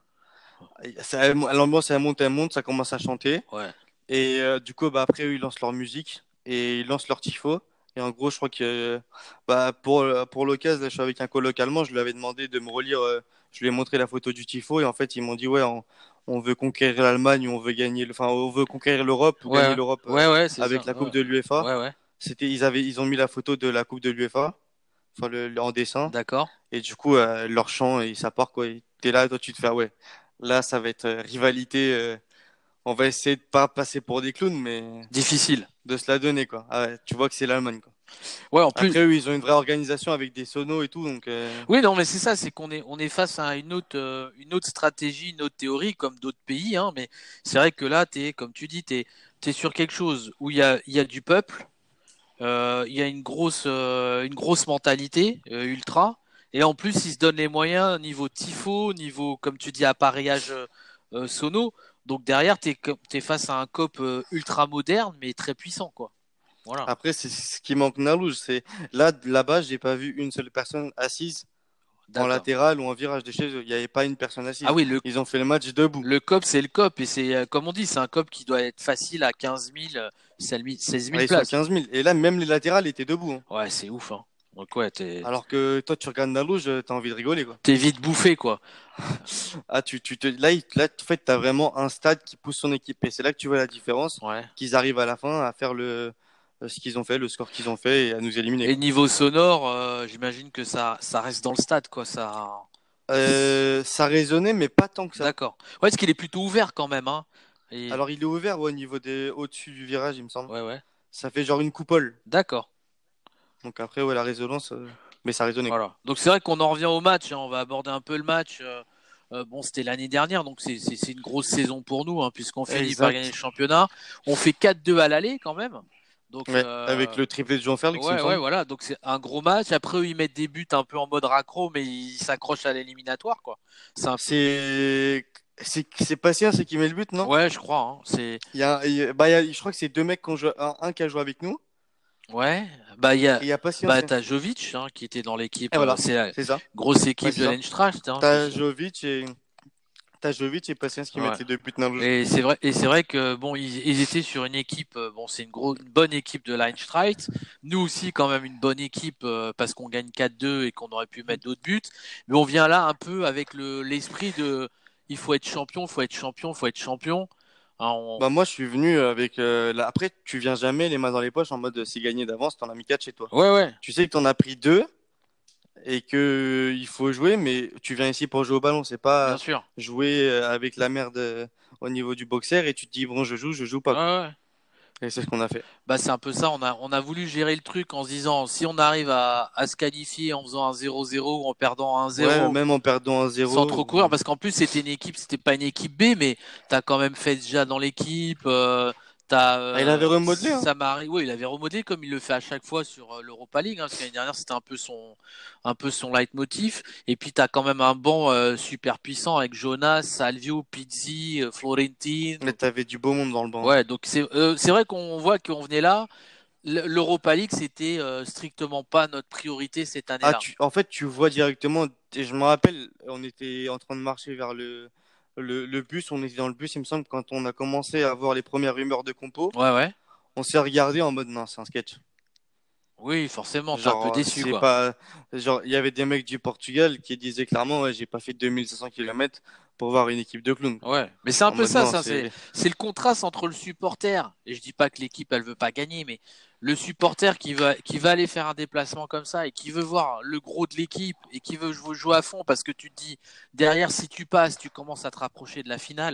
Ça- elle- L'ambiance, elle monte, elle monte, ça commence à chanter. Ouais, Et euh, du coup, bah, après, eux, ils lancent leur musique et ils lancent leur tifo. Et en gros, je crois que bah, pour, pour l'occasion, là, je suis avec un coloc allemand, je lui avais demandé de me relire, euh, je lui ai montré la photo du tifo. Et en fait, ils m'ont dit, ouais, on, on veut conquérir l'Allemagne, ou on veut gagner, le- enfin, on veut conquérir l'Europe ou gagner ouais, l'Europe euh, ouais, ouais, c'est avec ça. la Coupe Ouais, de l'UEFA. ouais, ouais. C'était, ils avaient, ils ont mis la photo de la Coupe de l'UEFA, enfin, le, le- en dessin. D'accord. Et du coup, euh, leur chant, et ça part, quoi. Et t'es là, toi, tu te fais, ah ouais, là, ça va être euh, rivalité. euh, on va essayer de pas passer pour des clowns, mais Difficile. de se la donner, quoi. Ah ouais, tu vois que c'est l'Allemagne, quoi. Ouais, en plus. Après, eux, ils ont une vraie organisation avec des sonos et tout, donc euh, Oui, non, mais c'est ça, c'est qu'on est on est face à une autre euh, une autre stratégie, une autre théorie, comme d'autres pays, hein. Mais c'est vrai que là, t'es comme tu dis, t'es t'es sur quelque chose où il y a il y a du peuple. Euh, il y a une grosse, euh, une grosse mentalité euh, ultra. Et en plus, ils se donnent les moyens niveau tifo, niveau, comme tu dis, appareillage euh, euh, sono. Donc derrière, t'es, co- t'es face à un cop euh, ultra moderne, mais très puissant, quoi. Voilà. après, c'est ce qui manque Nalouge. C'est là, là-bas, j'ai pas vu une seule personne assise en D'accord. latéral ou en virage de chez eux. Il n'y avait pas une personne Ah assise. oui, le, Ils ont fait le match debout. le cop, c'est le cop. Et c'est, euh, comme on dit, c'est un cop qui doit être facile à quinze mille, euh, seize Ah, mille ils sont places. quinze mille. Et là, même les latérales étaient debout, hein. Ouais, c'est ouf, hein. Donc ouais, t'es, Alors que toi, tu regardes Nalouge, t'as envie de rigoler, quoi. t'es vite bouffé, quoi. Ah, tu, tu te, là, il- là, en fait, t'as vraiment un stade qui pousse son équipe. Et c'est là que tu vois la différence, Ouais. qu'ils arrivent à la fin à faire le, ce qu'ils ont fait, le score qu'ils ont fait et à nous éliminer, Et quoi. niveau sonore, euh, j'imagine que ça, ça reste dans le stade, quoi. Ça. Euh, ça résonnait, mais pas tant que ça. D'accord. Ouais, parce qu'il est plutôt ouvert quand même, hein. Et Alors, il est ouvert ouais, au niveau des, au-dessus du virage, il me semble. ouais, ouais. Ça fait genre une coupole. D'accord. Donc après, ouais, la résonance, euh, mais ça résonnait, quoi. Voilà. Donc c'est vrai qu'on en revient au match, hein. On va aborder un peu le match. Euh, euh, bon, c'était l'année dernière, donc c'est c'est c'est une grosse saison pour nous, hein, puisqu'on finit par gagner le Exact. championnat. On fait quatre deux à l'aller quand même. Donc Ouais, avec euh, le triplé de Jean Félix, il me ouais, ouais, semble. voilà. Donc c'est un gros match. Après, eux, ils mettent des buts un peu en mode raccro, mais ils s'accrochent à l'éliminatoire, quoi. C'est un peu. C'est, c'est, c'est Patient, c'est qui met le but, non? Ouais, je crois. Hein. C'est Il y a, il y a- bah, il y a- je crois que c'est deux mecs qui ont joué, un, un qui a joué avec nous, ouais. Bah il y a et il y a Patient. bah t'as Jovic hein, qui était dans l'équipe. Et euh, voilà, c'est la c'est ça. grosse Ouais, équipe c'est de ça. l'Eintracht, hein, qui T'as sont. Jovic et, t'as Jovic et Patience qui Ouais. mettent les deux buts dans le jeu. Et c'est vrai, et c'est vrai que bon, ils, ils étaient sur une équipe. euh, Bon, c'est une grosse, une bonne équipe de l'Eintracht. Nous aussi, quand même, une bonne équipe euh, parce qu'on gagne quatre deux et qu'on aurait pu mettre d'autres buts. Mais on vient là un peu avec le l'esprit de, il faut être champion, il faut être champion, il faut être champion. Hein, on- Bah moi je suis venu avec euh, la- après tu viens jamais les mains dans les poches en mode euh, c'est gagné d'avance, t'en as mis quatre chez toi. Ouais, ouais, Tu sais que t'en as pris deux et que il faut jouer, mais tu viens ici pour jouer au ballon, c'est bien pas sûr. jouer euh, avec la merde euh, au niveau du boxer et tu te dis bon je joue, je joue Ouais, pas quoi. ouais. Et c'est ce qu'on a fait. Bah c'est un peu ça, on a on a voulu gérer le truc en se disant si on arrive à, à se qualifier en faisant un zéro zéro ou en perdant un Ouais, zéro même en perdant un sans zéro. trop courir parce qu'en plus c'était une équipe, c'était pas une équipe B mais t'as quand même fait déjà dans l'équipe, euh, t'as Ah, il avait euh, remodelé hein. Samari, oui il avait remodelé comme il le fait à chaque fois sur euh, l'Europa League, hein, parce que l'année dernière c'était un peu son un peu son leitmotiv et puis t'as quand même un banc euh, super puissant avec Jonas, Salvio, Pizzi, euh, Florentin, Mais t'avais du beau monde dans le banc, hein. ouais donc c'est euh, c'est vrai qu'on voit qu'on venait là. L'Europa League, c'était euh, strictement pas notre priorité cette Ah année-là. tu en fait tu vois directement et je me rappelle on était en train de marcher vers le le, le bus, on était dans le bus, il me semble, quand on a commencé à avoir les premières rumeurs de compo. Ouais, ouais. On s'est regardé en mode non, c'est un sketch. Oui, forcément, t'es un peu Genre, déçu, c'est quoi. pas. Genre, il y avait des mecs du Portugal qui disaient clairement, ouais, j'ai pas fait deux mille cinq cents kilomètres pour voir une équipe de clowns, quoi. Ouais, mais c'est un En peu mode ça, non, ça, c'est, c'est. c'est le contraste entre le supporter, et je dis pas que l'équipe, elle veut pas gagner, mais le supporter qui va, qui va aller faire un déplacement comme ça et qui veut voir le gros de l'équipe et qui veut jouer jouer à fond parce que tu te dis, derrière, si tu passes, tu commences à te rapprocher de la finale.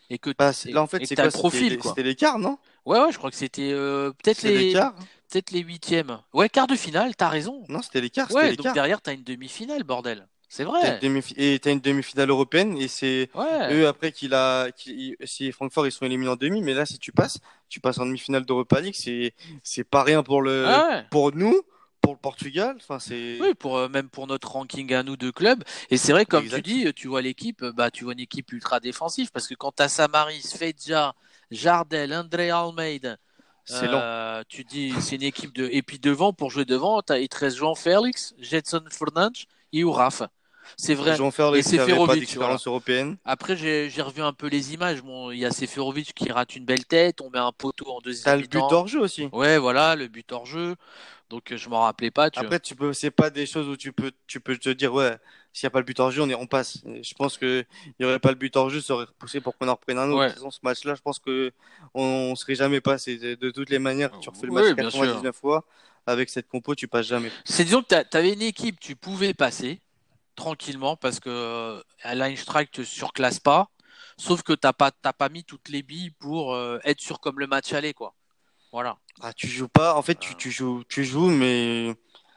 et que Bah, c'est- là, et, en fait, et que c'est t'as le quoi? C'était profil, les, quoi. c'était les quarts, non? Ouais, ouais, je crois que c'était euh, peut-être C'est les les quarts? peut-être les huitièmes. Ouais, quart de finale, t'as raison. Non, c'était les quarts, c'était Ouais, les donc quarts. derrière, t'as une demi-finale, bordel. C'est T'as une vrai. demi et t'as une demi-finale européenne et c'est Ouais. eux après qu'il a qui si Francfort ils sont éliminés en demi mais là si tu passes tu passes en demi-finale d'Europa League c'est c'est pas rien pour le Ah ouais. pour nous pour le Portugal enfin c'est Oui, pour euh, même pour notre ranking à nous de clubs. Et c'est vrai, comme tu exact dis, tu vois l'équipe, euh, bah tu vois une équipe ultra défensive parce que quand t'as Samaris, Fedja, Jardel, André Almeida, c'est lent. euh, tu dis c'est une équipe de. Et puis devant, pour jouer devant, t'as il te reste João Félix, Jetson Fernandes et Uraf. C'est vrai. Jean Et Ferlex qui avait pas Seferovic, voilà. d'expérience européenne. Après, j'ai j'ai revu un peu les images. Bon, il y a Seferovic qui rate une belle tête, on met un poteau en deuxième T'as le but mi-temps. hors jeu aussi. Ouais, voilà, le but hors jeu. Donc euh, je m'en rappelais pas, tu vois. Après, tu peux, c'est pas des choses où tu peux, tu peux te dire, ouais, s'il n'y a pas le but hors jeu, on est, on passe. Et je pense que il y aurait pas le but hors jeu, ça aurait repoussé pour qu'on en reprenne un autre. De Ouais. toute façon, ce match-là, je pense que on, on serait jamais passé. De, de toutes les manières, tu refais le match Oui, bien sûr. quatre-vingt-dix-neuf fois, avec cette compo, tu passes jamais. C'est disons que tu avais une équipe, tu pouvais passer tranquillement parce que euh, Strike te surclasse pas, sauf que t'as pas t'as pas mis toutes les billes pour euh, être sûr comme le match allait quoi. Voilà. Ah, tu joues pas. En fait, tu, Euh, tu joues, tu joues, mais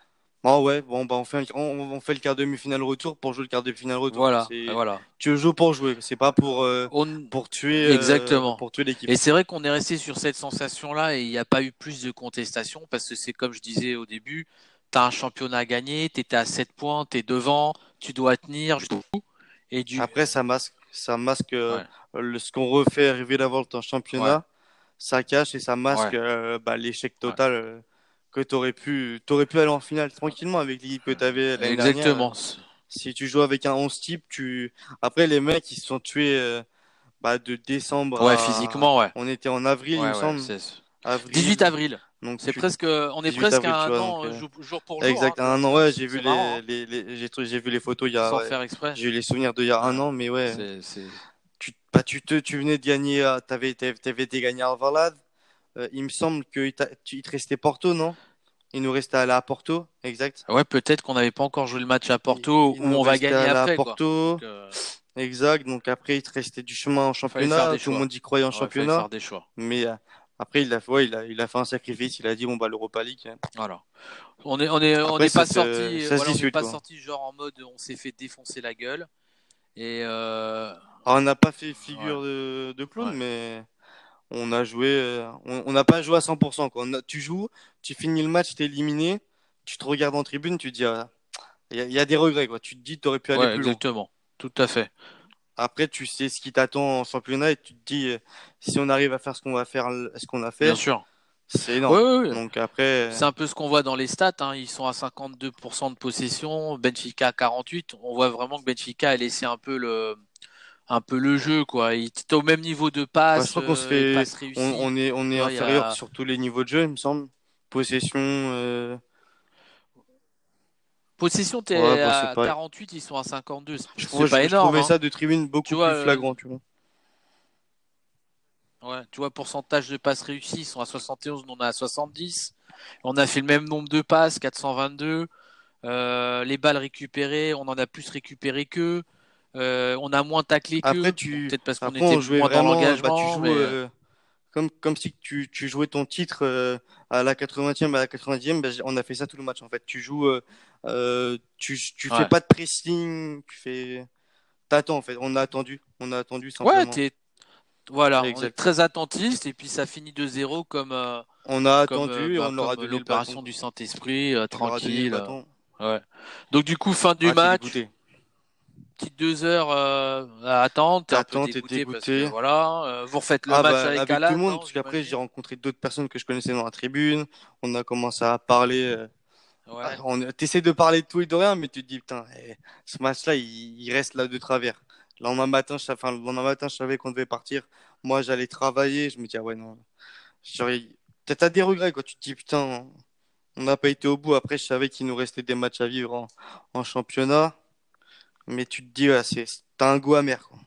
ah ouais, bon, bah on fait, un- on, on fait le quart demi-finale retour pour jouer le quart demi-finale retour, quoi. voilà, C'est, voilà. tu joues pour jouer, c'est pas pour, euh, On pour tuer, euh, exactement. pour tuer l'équipe. Et c'est vrai qu'on est resté sur cette sensation-là et il n'y a pas eu plus de contestation parce que c'est comme je disais au début, tu as un championnat à gagner, tu étais à sept points, tu es devant, tu dois tenir et du Après, ça masque, ça masque euh, ouais, le, ce qu'on refait arriver la Volt en ouais, championnat, ça cache et ça masque ouais, euh, bah, l'échec ouais. total euh, que tu aurais pu, t'aurais pu aller en finale tranquillement avec l'équipe que tu avais l'année dernière. euh. Exactement. Si tu joues avec un onze type, tu... après les mecs ils se sont tués euh, bah, de décembre Ouais, à... physiquement, ouais. On était en avril, il me Ouais, ouais, semble. c'est dix-huit Avril, avril. donc C'est tu... presque, on est dix-huit presque avril, à tu un vois. Donc, an euh, euh, jour, jour pour jour, hein, exact, quoi. un an, C'est ouais, c'est- j'ai vu c'est marrant, les, hein, les, les- j'ai j'ai vu les photos il y a, sans ouais, faire exprès. j'ai eu les souvenirs d'il y a un Ouais. an, mais ouais. C'est, c'est... tu, bah, tu, te, tu venais de gagner, euh, t'avais, t'avais, t'avais été gagné à Alvalade. Euh, il me semble qu'il t'a- tu- il te restait Porto, non? Il nous restait à aller à Porto, exact. Ouais, peut-être qu'on n'avait pas encore joué le match à Il, Porto il où nous on va restait à gagner aller à après, quoi. Porto, Donc, euh, exact. Donc après, il te restait du chemin en il fallait faire championnat. des Tout le choix. monde y croyait en Ouais, il fallait faire championnat. des choix. Mais euh, après, il a, ouais, il a, il a fait un sacrifice. Il a dit, bon, bah, l'Europa League. Hein. Voilà. On est, on est, on Après, n'est ça, pas te- sorti, ça se voilà, on n'est discute, pas quoi. sorti genre en mode on s'est fait défoncer la gueule. Et euh, Alors, on n'a pas fait ouais, figure de, de clown, ouais. mais on a joué, euh, on on n'a pas joué à cent pour cent, quoi. On a- tu joues, tu finis le match, t'es éliminé, tu te regardes en tribune, tu te dis, ah, il y, a il y a des regrets, quoi. Tu te dis, tu aurais pu aller Ouais, plus loin. exactement. Tout à fait. Après, tu sais ce qui t'attend en championnat et tu te dis, euh, si on arrive à faire ce qu'on va faire, ce qu'on a Bien fait, sûr. c'est Ouais, énorme. ouais, ouais. Donc après, C'est un peu ce qu'on voit dans les stats, hein. Ils sont à cinquante-deux pour cent de possession, Benfica à quarante-huit. On voit vraiment que Benfica a laissé un peu le, un peu le jeu, quoi. Il est au même niveau de bah, je passe crois qu'on se euh, et fait, passe on, réussie. on est, on Tu est vois, il y inférieur a, sur tous les niveaux de jeu, il me semble. Possession, euh, possession, ouais, t'es bah, c'est à pas, quarante-huit, ils sont à cinquante-deux. C'est je c'est trouvais, pas je, je énorme, trouvais hein. ça de tribune Tu beaucoup vois, plus euh, flagrant, tu vois. ouais, tu vois, pourcentage de passes réussies, ils sont à soixante et onze, nous on est à soixante-dix. On a fait le même nombre de passes, quatre cent vingt-deux. Euh, les balles récupérées, on en a plus récupéré qu'eux. Euh, on a moins taclé Après, qu'eux. Bon, tu, peut-être parce qu'on après, était on jouait moins dans vraiment, bah, tu l'engagement, joues, mais euh, comme, comme si tu, tu jouais ton titre euh, à la quatre-vingtième, à la quatre-vingtième, bah, on a fait ça tout le match en fait. Tu joues, euh, euh, tu, tu fais ouais. pas de pressing, tu fais, t'attends en fait. On a attendu, on a attendu Ouais, simplement. t'es, voilà, on est Exact. très attentiste et puis ça finit deux zéro comme, euh, On a comme, euh, attendu et on bah, leur a comme donné le bâton, l'opération quoi. du Saint-Esprit, euh, Tu leur as donné le tranquille. euh, bâton. ouais. Donc du coup, fin du Ah, t'es match, dégoûté. petite deux heures euh, à attendre, t'es un peu T'attends, t'es dégoûté parce que dégoûté. voilà, euh, vous refaites le Ah match bah avec avec tout le Alan, monde, non, parce qu'après j'ai j'imagine. rencontré d'autres personnes que je connaissais dans la tribune. On a commencé à parler. euh, ah, Ouais. on t'essaies de parler de tout et de rien, mais tu te dis putain, eh, ce match-là, il, il reste là de travers. Le lendemain matin, je, enfin, le lendemain matin, je savais qu'on devait partir. Moi, j'allais travailler. Je me dis ah ouais non. Genre, il- t'as t'as des regrets quoi. Tu te dis putain, on n'a pas été au bout. Après, je savais qu'il nous restait des matchs à vivre en, en championnat, mais tu te dis ouais, c'est t'as un goût amer quoi.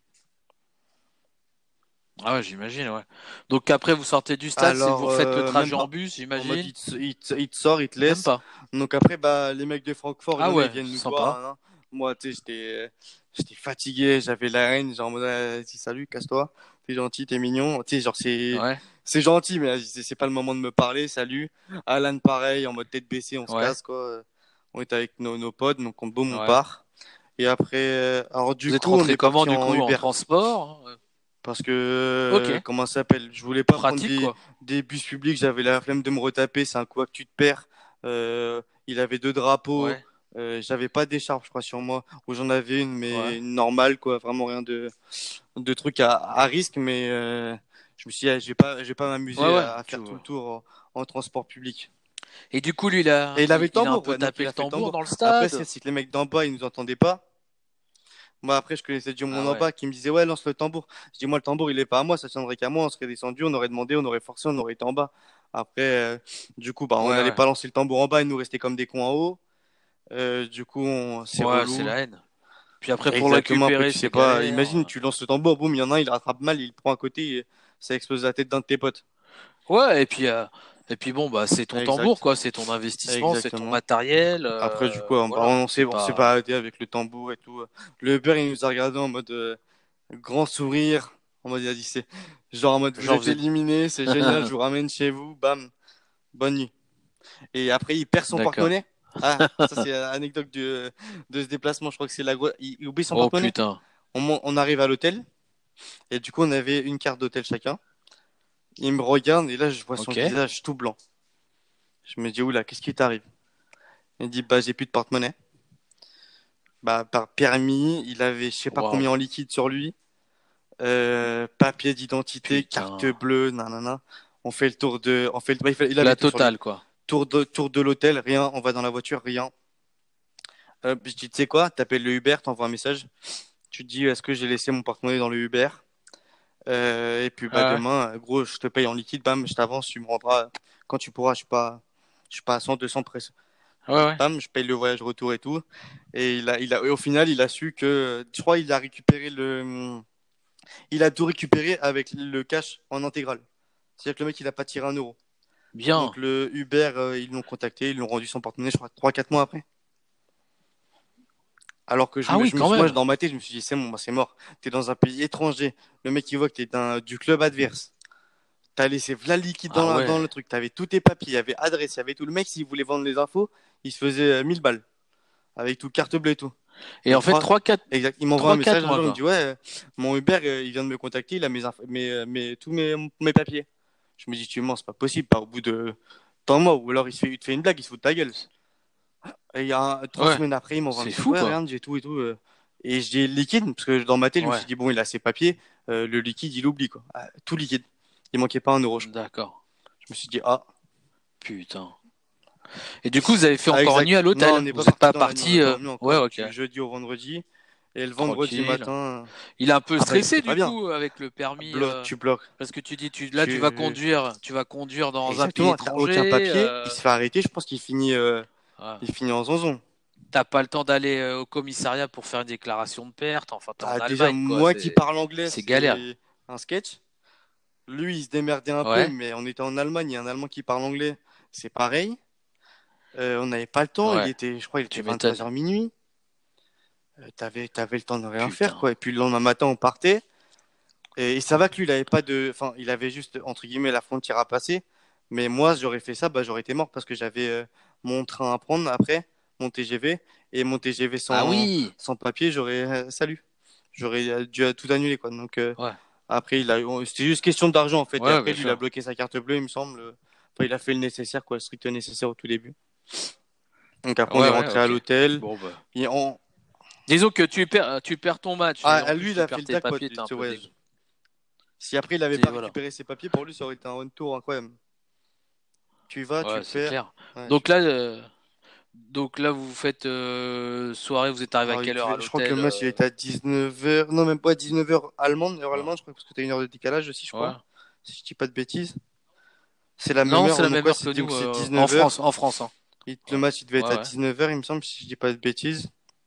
Ah ouais, j'imagine, ouais. Donc après, vous sortez du stade, c'est vous Alors, refaites le euh, même trajet en pas. bus, En mode, j'imagine. il te, il te- il te sort, il te Même laisse. pas. Donc après, bah, les mecs de Francfort, il y Ah en a, ils ouais, viennent nous sympa. voir. Hein. Moi, tu sais, j'étais, j'étais fatigué, j'avais la haine, genre, en mode, euh, vas-y, salut, casse-toi. t'es gentil, t'es mignon. Tu sais, genre, c'est, Ouais, c'est gentil, mais c'est c'est pas le moment de me parler. Salut. Alan, pareil, en mode tête baissée, on se ouais, casse, quoi. On est avec nos, nos potes, donc on, boum, on ouais. part. Et après, euh, alors du Vous êtes coup, on rentré est comment parti du en coup? En Uber. transport? Hein? Parce que, Ok, euh, comment ça s'appelle? Je voulais pas prendre pratique des, quoi. des bus publics, j'avais la flemme de me retaper, c'est un coup que tu te perds. Euh, il avait deux drapeaux, Ouais, euh, j'avais pas d'écharpe, je crois, sur moi, ou j'en avais une, ouais. mais une normale, quoi, vraiment rien de, de trucs à, à risque, mais euh, je me suis dit, ah, je vais pas, je vais pas Ouais, m'amuser ouais. à, à Tu faire tout le vois. tour en, en transport public. Et du coup, lui, il a, Et il avait il, le il a un tambour, peu ouais, donc tapé il le a fait le tambour tambour. dans le Après, stade. c'est c'est que les mecs d'en bas, ils nous entendaient pas. Moi, après, je connaissais du monde Ah en ouais. bas qui me disait, ouais, lance le tambour. Je dis, moi, le tambour, il est pas à moi, ça tiendrait qu'à moi. On serait descendu, on aurait demandé, on aurait forcé, on aurait été en bas. Après, euh, du coup, bah, on Ouais, n'allait ouais. pas lancer le tambour en bas, il nous restait comme des cons en haut. Euh, du coup, on... c'est Ouais, c'est relou. la haine. Puis après, pour le Exactement. Après, récupérer, tu sais c'est pas, galère. imagine, tu lances le tambour, boum, il y en a un, il rattrape mal, il le prend à côté, et ça explose la tête d'un de tes potes. Ouais, et puis, euh, et puis bon, bah, c'est ton tambour, Exact. quoi. C'est ton investissement, c'est ton Exactement. matériel. Après, du coup, Euh, on, bah, voilà. on s'est, C'est on s'est pas pas. arrêté avec le tambour et tout. Le Uber, il nous a regardé en mode euh, grand sourire. En mode, il a dit, c'est genre en mode, vous Genre, êtes vous êtes. éliminé, c'est génial, je vous ramène chez vous, bam, bonne nuit. Et après, il perd son D'accord. porte-monnaie. Ah, ça, c'est l'anecdote de, de ce déplacement. Je crois que c'est la gro- il, il oublie son Oh porte-monnaie. putain. On, mon- on arrive à l'hôtel et du coup, on avait une carte d'hôtel chacun. Il me regarde et là, je vois son Ok. visage tout blanc. Je me dis, oula, qu'est-ce qui t'arrive? Il me dit, bah, j'ai plus de porte-monnaie. Bah, par permis, il avait je sais pas Waouh. combien en liquide sur lui. Euh, papier d'identité, carte Putain. bleue, nanana. On fait le tour de, on fait le, bah, il, fait- il avait La tout sur lui. totale, quoi. Tour de, tour de l'hôtel, rien. On va dans la voiture, rien. Euh, je dis, tu sais quoi? T'appelles le Uber, t'envoies un message. Tu te dis, est-ce que j'ai laissé mon porte-monnaie dans le Uber? Euh, et puis, bah, Ah ouais. demain, euh, gros, je te paye en liquide, bam, je t'avance, tu me rendras quand tu pourras. Je suis pas, je suis pas à cent, deux cents près. Ouais, ouais. Bam, je paye le voyage retour et tout. Et il a, il a, et au final, il a su que, je crois, il a récupéré le, il a tout récupéré avec le cash en intégral. C'est-à-dire que le mec, il a pas tiré un euro. Bien. Donc le Uber, euh, ils l'ont contacté, ils l'ont rendu son porte-monnaie, je crois, trois quatre mois après. Alors que je Ah me, oui, je me quand suis, moi, même. dans ma tête, je me suis dit, c'est bon, bah, c'est mort. T'es dans un pays étranger. Le mec, il voit que t'es d'un- du club adverse. T'as laissé v'là le liquide Ah dans, la- dans ouais. le truc. T'avais tous tes papiers, il y avait adresse, il y avait tout. Le mec, s'il voulait vendre les infos, il se faisait euh, mille balles. Avec tout, carte bleue et tout. Et Et en fait, trois, trois quatre exact. Il m'envoie un trois message quatre un mois, jour, il me dit, quoi. ouais, euh, mon Uber, euh, il vient de me contacter, il a mes, infos, mes, euh, mes, tous mes, mes papiers. Je me dis, tu mens, c'est pas possible, pas au bout de tant de mois. Ou alors il, se fait, il te fait une blague, il se fout de ta gueule. Et il y a un- trois Ouais. semaines après, il m'envoie un C'est message, fou, ouais, quoi. regarde, j'ai tout et tout. euh. Et je dis liquide, parce que dans ma tête, je me Ouais. suis dit, bon, il a ses papiers, euh, le liquide, il oublie, quoi. Ah, tout liquide. Il manquait pas un euro, je crois. D'accord. Je me suis dit, ah, Putain. Et du coup, vous avez fait ah, encore une nuit exact. à Non, on l'hôtel. n'est Vous pas n'êtes parti pas dans la nuit, on parti. a euh, dormi Ouais, encore ok. du jeudi au vendredi. Et le vendredi Tranquille. matin, Il est un peu après, stressé c'était pas du bien. coup avec le permis. Bloc, euh, tu bloques. Parce que tu dis, tu, là, tu vas Tu... conduire, tu vas conduire dans un pays Exactement, t'as aucun étranger. papier, il euh, se fait arrêter, je pense qu'il finit, euh, ouais. il finit en zonzon. T'as pas le temps d'aller euh, au commissariat pour faire une déclaration de perte. Enfin, t'es en Bah, déjà, Allemagne, quoi. moi qui C'est, parle anglais, c'est galère. c'est un sketch. Lui, il se démerdait un peu, Ouais, mais on était en Allemagne, il y a un Allemand qui parle anglais, c'est pareil. Euh, on n'avait pas le temps, il ouais. était, je crois, il était Tu m'étonnes. vingt-trois heures minuit. Euh, t'avais, t'avais le temps de rien faire, Putain. quoi. Et puis le lendemain matin, on partait. Et, et ça va que lui, il avait pas de, enfin, il avait juste, entre guillemets, la frontière à passer. Mais moi, j'aurais fait ça, bah, j'aurais été mort parce que j'avais euh, mon train à prendre après, mon T G V. Et mon T G V Ah sans, oui. sans papier, j'aurais, euh, salut. J'aurais euh, dû euh, tout annuler, quoi. Donc, euh, Ouais, après, il a, on- c'était juste question d'argent, en fait. Et ouais, après, bien lui, il a sûr. bloqué sa carte bleue, il me semble. Enfin, il a fait le nécessaire, quoi, le strict nécessaire au tout début. Donc, après, on est Ouais, ouais, rentré à ok. l'hôtel. Bon, bah. Et on... Disons que tu perds, tu perds ton match et en Ah, lui, plus il tu a fait perds le tes jackpot, papiers, lui, t'es un ce peu dégoût. voyage. Si après, il n'avait T'es- pas Voilà. récupéré ses papiers, pour lui, ça aurait été un retour incroyable. Tu y vas, tu Ouais, le c'est perds. clair. Ouais, Donc tu- là, euh, donc là, vous faites euh, soirée, vous êtes arrivé à Alors, il quelle heure à devait- je crois que le l'hôtel? match, il euh était à dix-neuf heures. Non, même pas à dix-neuf heures allemande, heure Ouais. allemande, je crois, parce que t'as une heure de décalage aussi, je Ouais. crois. Si je dis pas de bêtises. C'est la même Non, c'est heure, la donc même ouais, heure c'est que donc nous c'est euh, en dix-neuf heures. France, en France, hein. Le Ouais, match, il devait être ouais, à ouais. dix-neuf heures, il me semble, si je dis pas de bêtises.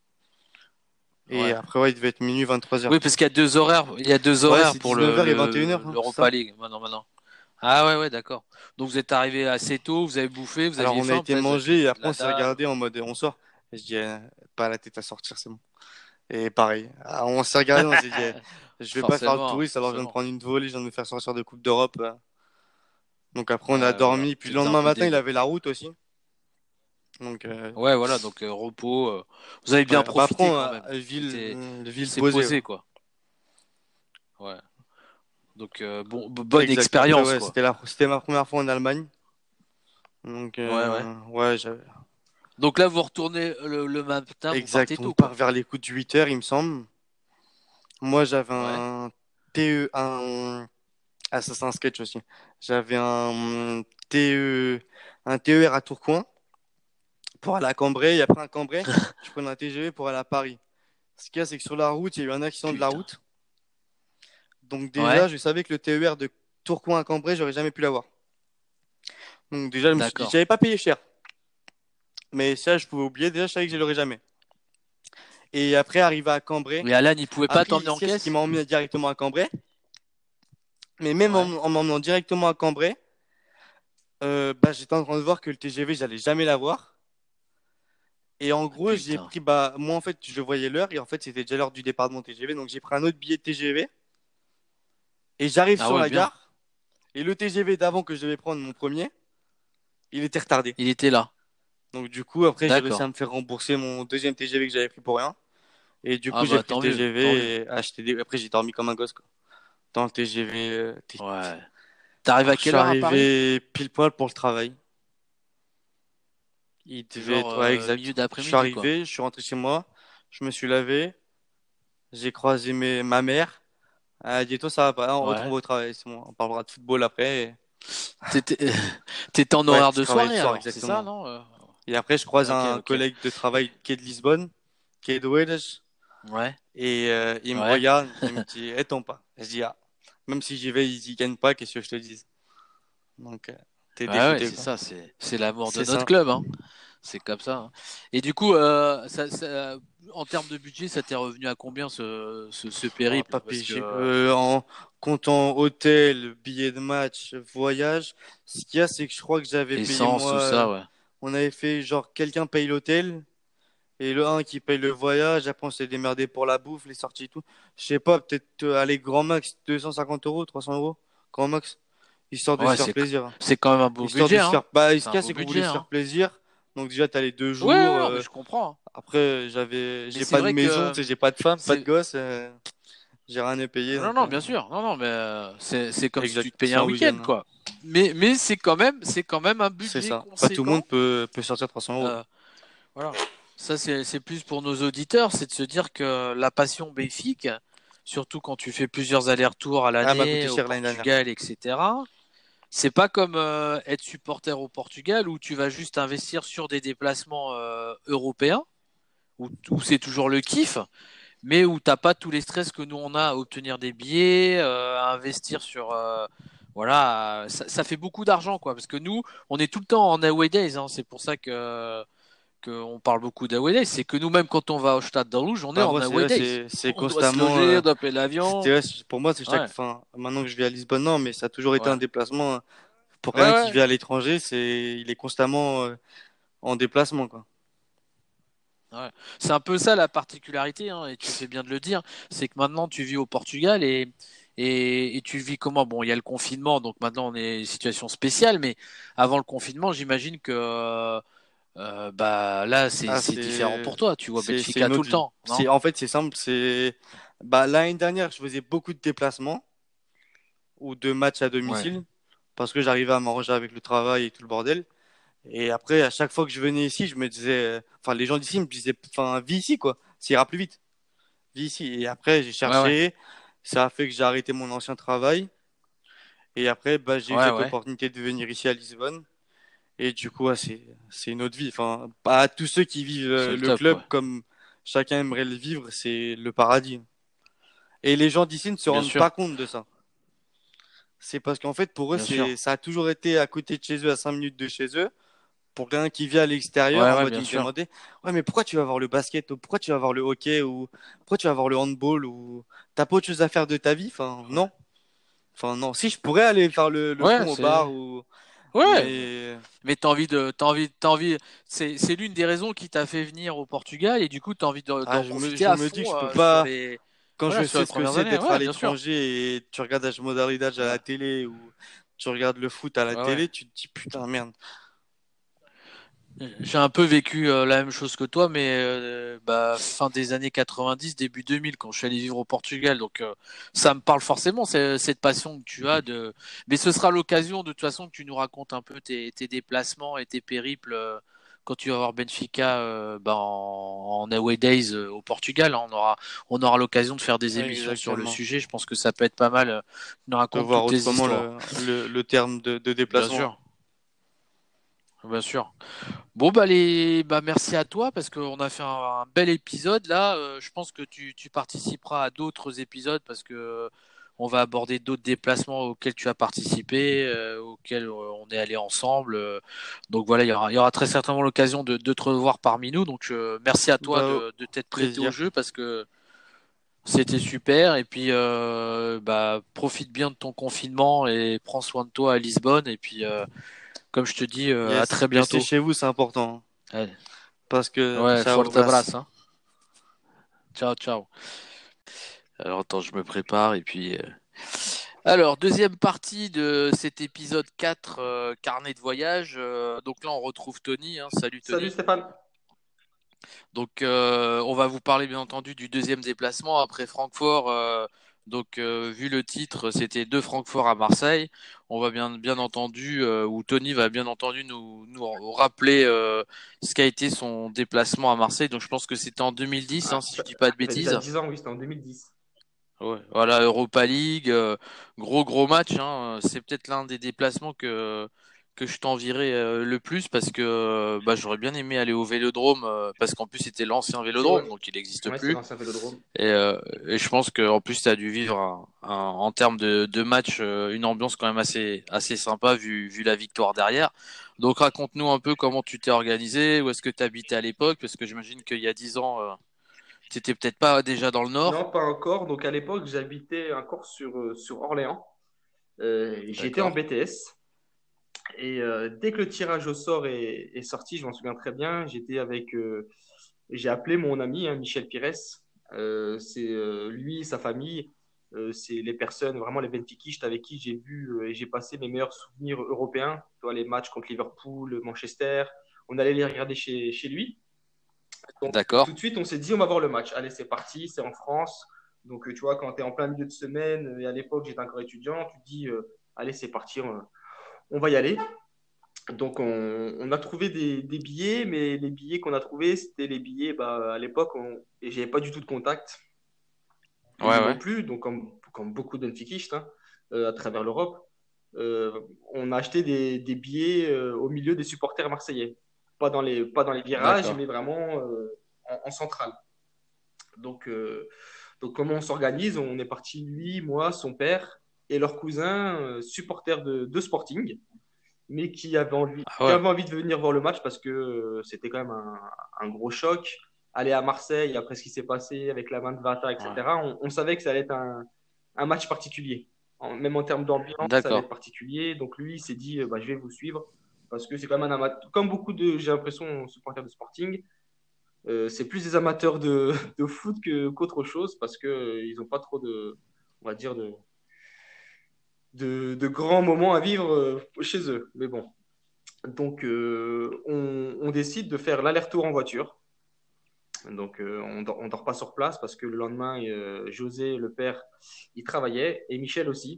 Et Ouais. après, ouais, il devait être minuit, vingt-trois heures. Oui, parce qu'il y a deux horaires, il y a deux Ouais, horaires c'est pour le, dix-neuf heures et vingt et une heures, le hein, c'est ça? l'Europa League. Maintenant, maintenant. Ah ouais, ouais, d'accord. Donc vous êtes arrivé assez tôt, vous avez bouffé, vous Alors, aviez on a faim été peut-être, vous avez manger et fait de après, on la s'est dalle. regardé en mode on sort. Et je dis, eh, pas la tête à sortir, c'est bon. Et pareil, ah, on s'est regardé, on s'est dit, eh, Je vais pas faire le Forcément, touriste alors je viens de forcément. prendre une volée, je viens de me faire sortir de Coupe d'Europe. euh. Donc après, on a Ouais, voilà. dormi. Puis le T'étais un lendemain peu matin, il dégoûté. avait la route aussi. Donc, euh, Ouais, voilà, donc euh, repos. euh, Vous avez bien ouais. Bah après, profité on quand a- même. ville, C'était, euh, ville c'est posée. Ouais. posé, quoi. Ouais. Donc euh, bon, b- bonne Exact. Après, expérience, ouais, quoi. c'était la, c'était ma première fois en Allemagne. Donc, Ouais, ouais. euh, ouais, j'avais. Donc là, vous retournez le, le matin, vous partez Exact. On tôt, part quoi. vers les coups de huit heures, il me semble. Moi, j'avais Ouais. un T E, un. Ah, ça, c'est un sketch aussi. J'avais un T E, un T E R à Tourcoing pour aller à Cambrai. Et après un Cambrai, je prenais un T G V pour aller à Paris. Ce qu'il y a, c'est que sur la route, il y a eu un accident de la Putain. route. Donc déjà, Ouais. je savais que le T E R de Tourcoing à Cambrai, j'aurais jamais pu l'avoir. Donc déjà, je me suis dit, D'accord. j'avais pas payé cher. Mais ça, je pouvais oublier. Déjà, je savais que je l'aurais jamais. Et après, arrivé à Cambrai, Mais Alan, il pouvait pas après, t'emmener en ici, ce qui caisse? m'a emmené directement à Cambrai. Mais même en, Ouais. en m'emmenant directement à Cambrai, euh, bah, j'étais en train de voir que le T G V, j'allais jamais l'avoir. Et en Ah, gros, j'ai putain. pris, bah, moi, en fait, je voyais l'heure. Et en fait, c'était déjà l'heure du départ de mon T G V. Donc, j'ai pris un autre billet de T G V. Et j'arrive Ah sur ouais, la bien. gare. Et le T G V d'avant que je devais prendre, mon premier, il était retardé. Il était là. Donc, du coup, après, j'ai réussi à D'accord. me faire rembourser mon deuxième T G V que j'avais pris pour rien. Et du coup, Ah j'ai bah pris le tant mieux, tant mieux. T G V et acheté des... Après, j'ai dormi comme un gosse, quoi. Dans le T G V. euh, t- Ouais. T'arrives Alors, à je suis quelle heure à Paris? arrivé pile poil pour le travail. Il devait Genre être... Ouais, euh, milieu exact. Je suis d'après-midi, quoi. arrivé, je suis rentré chez moi. Je me suis lavé. J'ai croisé mes... ma mère. Elle a dit, toi, ça va pas, on retrouve Ouais. au travail. C'est bon, on parlera de football après. Et- T'étais, t'étais en Ouais, horaire je de travaille le soirée soir, alors, c'est ça, exactement. non? Euh, Et après, je croise Ok, un ok. collègue de travail qui est de Lisbonne, qui est de Wales. Ouais, Et euh, il me ouais. regarde, il me dit, eh, ton pas. Je dis, ah, même si j'y vais, ils y gagnent pas, qu'est-ce que je te dise? Donc, euh, t'es Ouais, ouais, dégoûté, c'est quoi. ça, c'est, c'est l'amour de C'est notre ça. club, hein. C'est comme ça, hein. Et du coup, euh, ça, ça- en termes de budget, ça t'est revenu à combien ce, ce, ce On va périple? pas Parce que, piger. euh, Euh, en comptant hôtel, billet de match, voyage, ce qu'il y a, c'est que je crois que j'avais payé essence, moi. tout euh, ça, ouais. on avait fait genre quelqu'un paye l'hôtel et le un qui paye le voyage. Après, on s'est démerdé pour la bouffe, les sorties et tout. Je sais pas, peut-être euh, aller grand max deux cent cinquante euros, trois cents euros, grand max, histoire de se Ouais, faire c'est, plaisir. c'est quand même un beau Histoire de budget, se hein. faire. Bah, ce C'est qu'il un y a, beau c'est qu'on voulait budget, se faire hein. plaisir. Donc déjà, t'as les deux Ouais, ouais, jours. non, mais euh, je comprends, hein. Après, j'avais, Mais j'ai c'est pas de vrai maison, que tu sais, j'ai pas de femme, pas de c'est, gosse. euh, j'ai rien à payer, non, donc non, euh, bien sûr, non, non, mais euh, c'est, c'est comme si tu exact. te payais C'est un un week-end, week-end, hein. quoi. Mais, mais c'est quand même, c'est quand même un C'est budget ça. Pas tout le monde conséquent. peut, peut sortir trois cents euros. Euh, voilà. Ça, c'est, c'est plus pour nos auditeurs, c'est de se dire que la passion béfique, surtout quand tu fais plusieurs allers-retours à Ah, elle m'a coûté l'année au cher l'année dernière. Portugal, et cetera. C'est pas comme euh, être supporter au Portugal où tu vas juste investir sur des déplacements euh, européens, où, où c'est toujours le kiff, mais où t'as pas tous les stress que nous on a à obtenir des billets, euh, à investir sur, euh, voilà, ça, ça fait beaucoup d'argent quoi, parce que nous on est tout le temps en away days, hein, c'est pour ça que qu'on parle beaucoup d'away days, c'est que nous-mêmes quand on va au Stade de Rouge, on est Bah, en moi, c'est away ouais, days, c'est c'est on doit se constamment. loger, euh, on doit payer l'avion, c'était, ouais, c'est- pour moi, c'est chaque. ouais, Enfin, maintenant que je vis à Lisbonne, non, mais ça a toujours été un ouais, déplacement. euh, Pour ouais, quelqu'un qui ouais. vit à l'étranger, c'est, il est constamment euh, en déplacement, quoi. Ouais. C'est un peu ça la particularité, hein, et tu fais bien de le dire, c'est que maintenant tu vis au Portugal et, et, et tu vis comment? Bon, il y a le confinement, donc maintenant on est en situation spéciale, mais avant le confinement, j'imagine que euh, bah là c'est Ah, c'est différent c'est, pour toi. Tu vois c'est, c'est Benfica une tout autre le vie. temps, C'est, non? en fait, c'est simple. C'est, bah, l'année dernière, je faisais beaucoup de déplacements ou de matchs à Ouais. domicile parce que j'arrivais à m'arranger avec le travail et tout le bordel. Et après, à chaque fois que je venais ici, je me disais, euh, enfin, les gens d'ici me disaient, enfin, vis ici, quoi. Ça ira plus vite. Vis ici. Et après, j'ai Ouais, ouais, cherché. Ça a fait que j'ai arrêté mon ancien travail. Et après, bah, j'ai eu ouais, cette ouais, opportunité de venir ici à Lisbonne. Et du coup, ouais, c'est, c'est une autre vie. Enfin, pas tous ceux qui vivent c'est euh, le le top, club quoi. comme chacun aimerait le vivre, c'est le paradis. Et les gens d'ici ne se Bien rendent pas sûr, compte de ça. C'est parce qu'en fait, pour eux, bien c'est, sûr. ça a toujours été à côté de chez eux, à cinq minutes de chez eux. Pour quelqu'un qui vit à l'extérieur, Ouais, en ouais, mode, bien il me sûr. demandait, ouais, mais pourquoi tu vas voir le basket, ou pourquoi tu vas voir le hockey, ou pourquoi tu vas voir le handball, ou t'as pas autre chose à faire de ta vie? Enfin, Ouais, non. Enfin, non. Si je pourrais aller faire le, le ouais, con au bar, c'est ou, ouais, mais mais, mais t'as envie de, t'as envie, t'as envie. C'est, c'est l'une des raisons qui t'a fait venir au Portugal et du coup t'as envie de- ah, d'en je me, profiter je à me dis que fond je peux euh, sur pas, les. Quand Voilà, je sur sais les ce que premières c'est années, d'être à ouais, bien sûr. l'étranger et tu regardes la modalidad à Ouais, la télé ou tu regardes le foot à la ouais, ouais. télé, tu te dis putain, merde. J'ai un peu vécu euh, la même chose que toi, mais euh, bah, fin des années quatre-vingt-dix, début deux mille, quand je suis allé vivre au Portugal. Donc euh, ça me parle forcément, c'est- cette passion que tu as. De... Mais ce sera l'occasion de toute façon que tu nous racontes un peu tes, tes déplacements et tes périples euh, quand tu vas voir Benfica euh, bah, en, en Away Days euh, au Portugal. Hein. On aura, on aura l'occasion de faire des Ouais, émissions sur le exactement. sujet. Je pense que ça peut être pas mal. Euh, tu nous De racontes voir toutes tes autrement histoires. le, le, le terme de, de Bien déplacement. sûr, bien sûr. Bon bah les bah merci à toi parce qu'on a fait un, un bel épisode là. Euh, je pense que tu, tu participeras à d'autres épisodes parce que euh, on va aborder d'autres déplacements auxquels tu as participé, euh, auxquels euh, on est allé ensemble. Euh, donc voilà, il y aura, il y aura très certainement l'occasion de, de te revoir parmi nous. Donc euh, merci à toi Bah, au de, de t'être prêté au plaisir. jeu parce que c'était super. Et puis euh, bah profite bien de ton confinement et prends soin de toi à Lisbonne. Et puis euh, comme je te dis, euh, à Yes. très Restez bientôt. chez vous, c'est important. Allez. Parce que Ouais, ça forte abrace. abrace, hein. Ciao, ciao. Alors, attends, je me prépare et puis. euh, Alors, deuxième partie de cet épisode quatre, euh, carnet de voyage. Euh, donc là, on retrouve Tony. Hein. Salut Salut Tony. Stéphane. Donc, euh, on va vous parler bien entendu du deuxième déplacement après Francfort. Euh, donc, euh, vu le titre, c'était de Francfort à Marseille. On va bien, bien entendu, euh, ou Tony va bien entendu nous, nous rappeler euh, ce qu'a été son déplacement à Marseille. Donc, je pense que c'était en deux mille dix, hein, Ah, si je ça, dis pas de ça fait déjà bêtises. dix ans, oui, c'était en deux mille dix. Ouais, voilà, Europa League, euh, gros gros match, hein. C'est peut-être l'un des déplacements que que je t'envierais euh, le plus parce que euh, bah, j'aurais bien aimé aller au Vélodrome euh, parce qu'en plus c'était l'ancien C'est ouais, Vélodrome donc il n'existe ouais, c'est plus l'ancien Vélodrome. et, euh, et je pense que en plus tu as dû vivre un- un- en termes de, de match euh, une ambiance quand même assez assez sympa vu vu la victoire derrière. Donc raconte-nous un peu comment tu t'es organisé, où est-ce que tu habitais à l'époque parce que j'imagine qu'il y a dix ans euh, t'étais peut-être pas déjà dans le Non, nord. pas encore. Donc à l'époque, j'habitais encore sur, euh, sur Orléans. Euh, j'étais en D'accord. B T S. Et euh, dès que le tirage au sort est, est sorti, je m'en souviens très bien, j'étais avec, euh, j'ai appelé mon ami hein, Michel Pires. Euh, c'est euh, lui, sa famille, euh, c'est les personnes, vraiment les benfiquistes avec qui j'ai vu euh, et j'ai passé mes meilleurs souvenirs européens. Tu vois, les matchs contre Liverpool, Manchester, on allait les regarder chez, chez lui. Donc D'accord. tout de suite, on s'est dit, on va voir le match. Allez, c'est parti, c'est en France. Donc euh, tu vois, quand tu es en plein milieu de semaine, euh, et à l'époque j'étais encore étudiant, tu te dis, euh, allez, c'est parti, on, on va y aller. Donc, on, on a trouvé des, des billets, mais les billets qu'on a trouvés, c'était les billets, bah, à l'époque, on, et j'avais pas du tout de contact. Et Ouais, lui non ouais. plus, donc comme, comme beaucoup d'Anfikistes hein, euh, à travers l'Europe, euh, on a acheté des, des billets euh, au milieu des supporters marseillais. Pas dans les, pas dans les virages, D'accord. mais vraiment euh, en, en centrale. Donc, euh, donc, comment on s'organise? On est parti, lui, moi, son père et leur cousin, euh, supporters de, de Sporting mais qui avait envie, Ah qui ouais. avait envie de venir voir le match parce que euh, c'était quand même un, un gros choc. Aller à Marseille, après ce qui s'est passé avec la main de Vata, Ouais. et cetera, on, on savait que ça allait être un, un match particulier. En- même en termes d'ambiance, ça allait D'accord. être particulier. Donc lui, il s'est dit, euh, bah, je vais vous suivre parce que c'est quand même un amateur. Comme beaucoup de, j'ai l'impression, supporters de Sporting, euh, c'est plus des amateurs de, de foot que, qu'autre chose parce que euh, ils n'ont pas trop de, on va dire, de, de, de grands moments à vivre euh, chez eux. Mais bon, donc, euh, on, on décide de faire l'aller-retour en voiture. Donc, euh, on dort, on dort pas sur place parce que le lendemain, euh, José, le père, il travaillait et Michel aussi.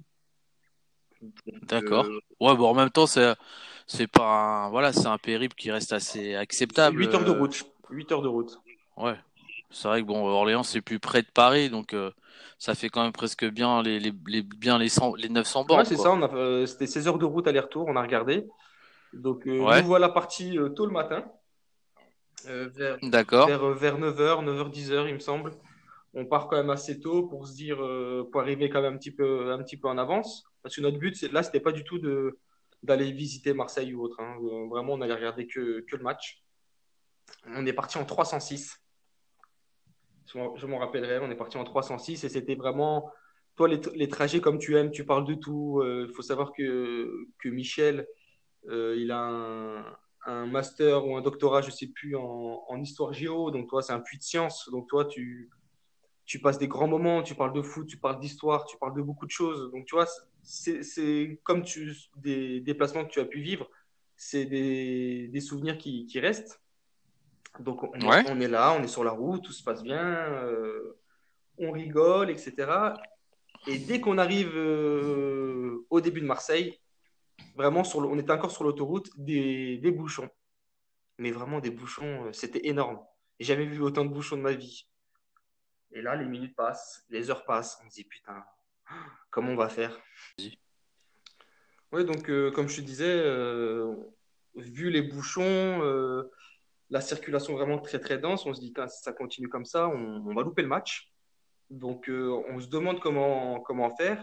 D'accord. Euh, Ouais, bon, en même temps, c'est, c'est pas un, voilà, c'est un périple qui reste assez c'est acceptable. huit heures de euh, je- route. Huit heures de route. Ouais. C'est vrai que bon, Orléans, c'est plus près de Paris, donc euh, ça fait quand même presque bien les, les, les bien les cent, les neuf cents Ouais, bornes, c'est ça. quoi. On a, euh, c'était seize heures de route aller-retour. On a regardé. Donc, euh, nous Ouais. voilà partis euh, tôt le matin, euh, vers, D'accord. vers, vers neuf heures, neuf heures, dix heures, il me semble. On part quand même assez tôt pour se dire, euh, pour arriver quand même un petit peu, un petit peu en avance. Parce que notre but, c'est- là, c'était pas du tout de, d'aller visiter Marseille ou autre. Hein. Euh, Vraiment, on allait regarder que, que le match. On est parti en trois cent six. Je m'en je m'en rappellerai, on est parti en trois cent six et c'était vraiment, toi, les, les trajets comme tu aimes, tu parles de tout. Il faut savoir que, que Michel, euh, il a un, un master ou un doctorat, je sais plus, en, en histoire géo. Donc, toi, c'est un puits de science. Donc, toi, tu, tu passes des grands moments, tu parles de foot, tu parles d'histoire, tu parles de beaucoup de choses. Donc, tu vois, c'est, c'est comme tu, des déplacements que tu as pu vivre, c'est des, des souvenirs qui, qui restent. Donc, on est, Ouais. on est là, on est sur la route, tout se passe bien, euh, on rigole, et cetera. Et dès qu'on arrive euh, au début de Marseille, vraiment, sur le- on était encore sur l'autoroute, des, des bouchons. Mais vraiment, des bouchons, euh, c'était énorme. J'ai jamais vu autant de bouchons de ma vie. Et là, les minutes passent, les heures passent. On se dit, putain, comment on va faire? Oui, donc, euh, comme je te disais, euh, vu les bouchons, euh, la circulation vraiment très très dense, on se dit, putain, si ça continue comme ça, on, on va louper le match. Donc, euh, on se demande comment, comment faire.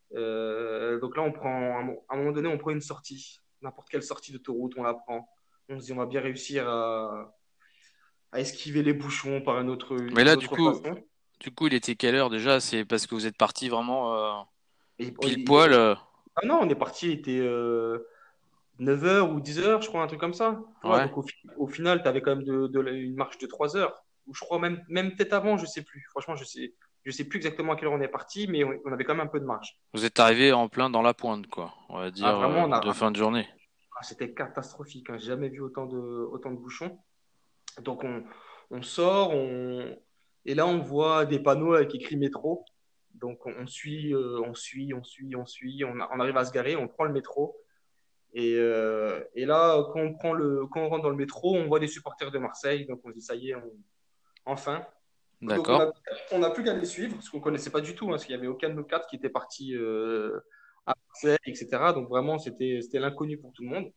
Euh, donc là, on prend, à un moment donné, on prend une sortie. N'importe quelle sortie d'autoroute, on la prend. On se dit, on va bien réussir à, à esquiver les bouchons par une autre, Mais une là, du autre coup, façon. du coup, il était quelle heure déjà? C'est parce que vous êtes parti vraiment euh, Et, pile il- poil. il- euh, ah non, on est parti, il était euh, neuf heures ou dix heures, je crois, un truc comme ça. Tu vois, Ouais. donc au, fi- au final, tu avais quand même de, de la- une marche de trois heures. Ou je crois même, même peut-être avant, je sais plus. Franchement, je sais, je sais plus exactement à quelle heure on est parti, mais on, on avait quand même un peu de marge. Vous êtes arrivé en plein dans la pointe, quoi. On va Ah, dire vraiment, euh, on de a, fin de journée. ah, c'était catastrophique, hein. J'ai jamais vu autant de, autant de bouchons. Donc on, on sort, on... et là on voit des panneaux avec écrit métro. Donc on, on suit, euh, on suit, on suit, on suit, on, a- on arrive à se garer, on prend le métro. Et, euh, et là, quand on prend le, quand on rentre dans le métro, on voit des supporters de Marseille. Donc on se dit, ça y est, on- enfin. Donc on D'accord. a, on a plus qu'à les suivre, parce qu'on ne connaissait pas du tout, hein, parce qu'il n'y avait aucun de nos quatre qui était parti euh, à Marseille, et cetera. Donc vraiment, c'était, c'était l'inconnu pour tout le monde.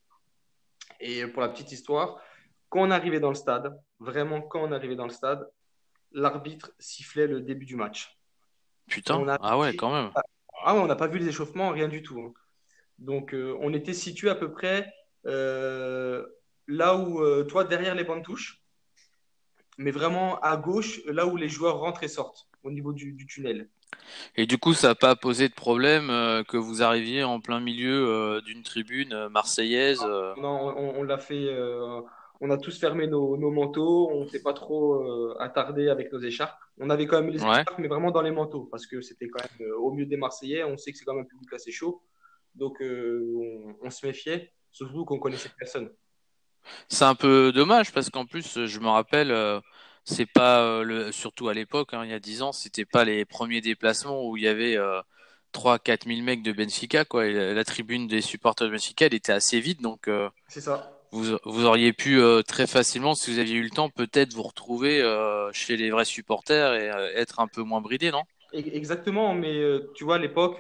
Et pour la petite histoire, quand on arrivait dans le stade, vraiment quand on arrivait dans le stade, l'arbitre sifflait le début du match. Putain. On a, Ah ouais, quand même. ah, on n'a pas vu les échauffements, rien du tout, hein. Donc euh, on était situé à peu près euh, là où, euh, toi, derrière les bandes touches, mais vraiment à gauche, là où les joueurs rentrent et sortent, au niveau du, du tunnel. Et du coup, ça n'a pas posé de problème euh, que vous arriviez en plein milieu euh, d'une tribune euh, marseillaise. euh. Non, on, on l'a fait, euh, on a tous fermé nos, nos manteaux, on s'est pas trop euh, attardé avec nos écharpes. On avait quand même les Ouais. écharpes, mais vraiment dans les manteaux, parce que c'était quand même euh, au milieu des Marseillais, on sait que c'est quand même un public assez chaud, donc euh, on, on se méfiait, surtout qu'on connaissait personne. C'est un peu dommage parce qu'en plus, je me rappelle, euh, c'est pas euh, le, surtout à l'époque, hein, il y a dix ans, c'était pas les premiers déplacements où il y avait euh, trois, quatre mille mecs de Benfica, quoi. Et la, la tribune des supporters de Benfica, elle était assez vide, donc euh, C'est ça. vous, vous auriez pu euh, très facilement, si vous aviez eu le temps, peut-être vous retrouver euh, chez les vrais supporters et euh, être un peu moins bridé, non? E- Exactement, mais euh, tu vois, à l'époque,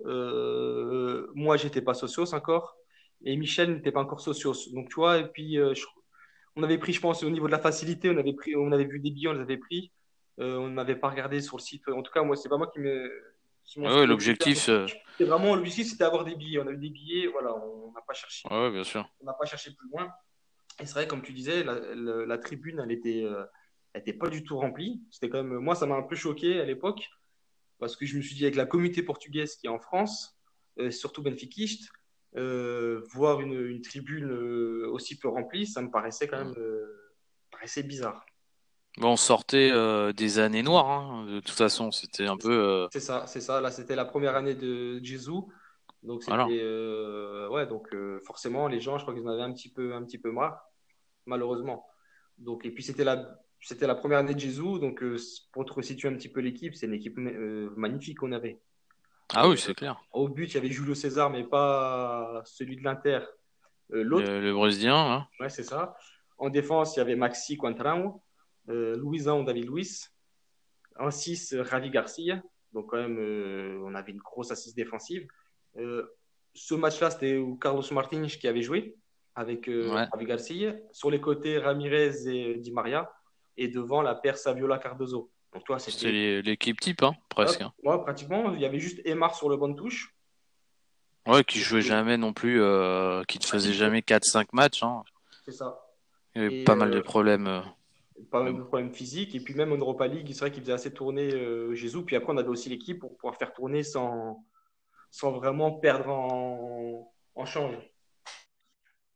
euh, moi, j'étais pas socios encore, et Michel n'était pas encore socios. Donc, tu vois, et puis, euh, je- on avait pris, je pense, au niveau de la facilité, on avait pris, on avait vu des billets, on les avait pris. Euh, on n'avait pas regardé sur le site. En tout cas, moi, c'est pas moi qui me, qui m'en Ouais, suis ouais, occupé. l'objectif, euh, C'était vraiment l'objectif, c'était avoir des billets. On avait des billets, voilà, on n'a pas cherché, ouais, ouais, bien sûr. on n'a pas cherché plus loin. Et c'est vrai, comme tu disais, la, la- la tribune, elle était, euh, elle était pas du tout remplie. C'était quand même, moi, ça m'a un peu choqué à l'époque parce que je me suis dit avec la communauté portugaise qui est en France, euh, surtout benfiquiste, euh, voir une, une tribune euh, aussi peu remplie, ça me paraissait quand même euh, paraissait bizarre. Bon, on sortait euh, des années noires, hein, de toute façon, c'était un peu, euh, C'est ça, c'est ça. Là, c'était la première année de Jesus, donc voilà. c'était euh, ouais, donc euh, forcément les gens, je crois qu'ils en avaient un petit peu, un petit peu marre, malheureusement. Donc et puis c'était la, c'était la première année de Jesus, donc euh, pour te resituer un petit peu l'équipe, c'est une équipe euh, magnifique qu'on avait. Ah oui, Euh, c'est clair. Au but, il y avait Julio César, mais pas celui de l'Inter. Euh, l'autre, Le, le Brésilien, hein. ouais, c'est ça. En défense, il y avait Maxi Coentrão, euh, Luisão David Luiz. En six, Ravi Garcia. Donc, quand même, euh, on avait une grosse assise défensive. Euh, ce match-là, c'était où Carlos Martins qui avait joué avec euh, Ouais. Ravi Garcia. Sur les côtés, Ramirez et Di Maria. Et devant, la paire Saviola Cardozo. Donc, toi, C'était c'était. les- l'équipe type, hein, presque, Hop, hein. ouais, pratiquement, il y avait juste Emar sur le banc de touche. Ouais, qui jouait jamais non plus, euh, qui ne faisait jamais quatre cinq matchs, hein. C'est ça. Il y avait Et pas mal de euh, problèmes. euh, pas mais mal de bon. problèmes physiques. Et puis même en Europa League, c'est vrai qu'il faisait assez tourner euh, Jésus. Puis après, on avait aussi l'équipe pour pouvoir faire tourner sans, sans vraiment perdre en, en change.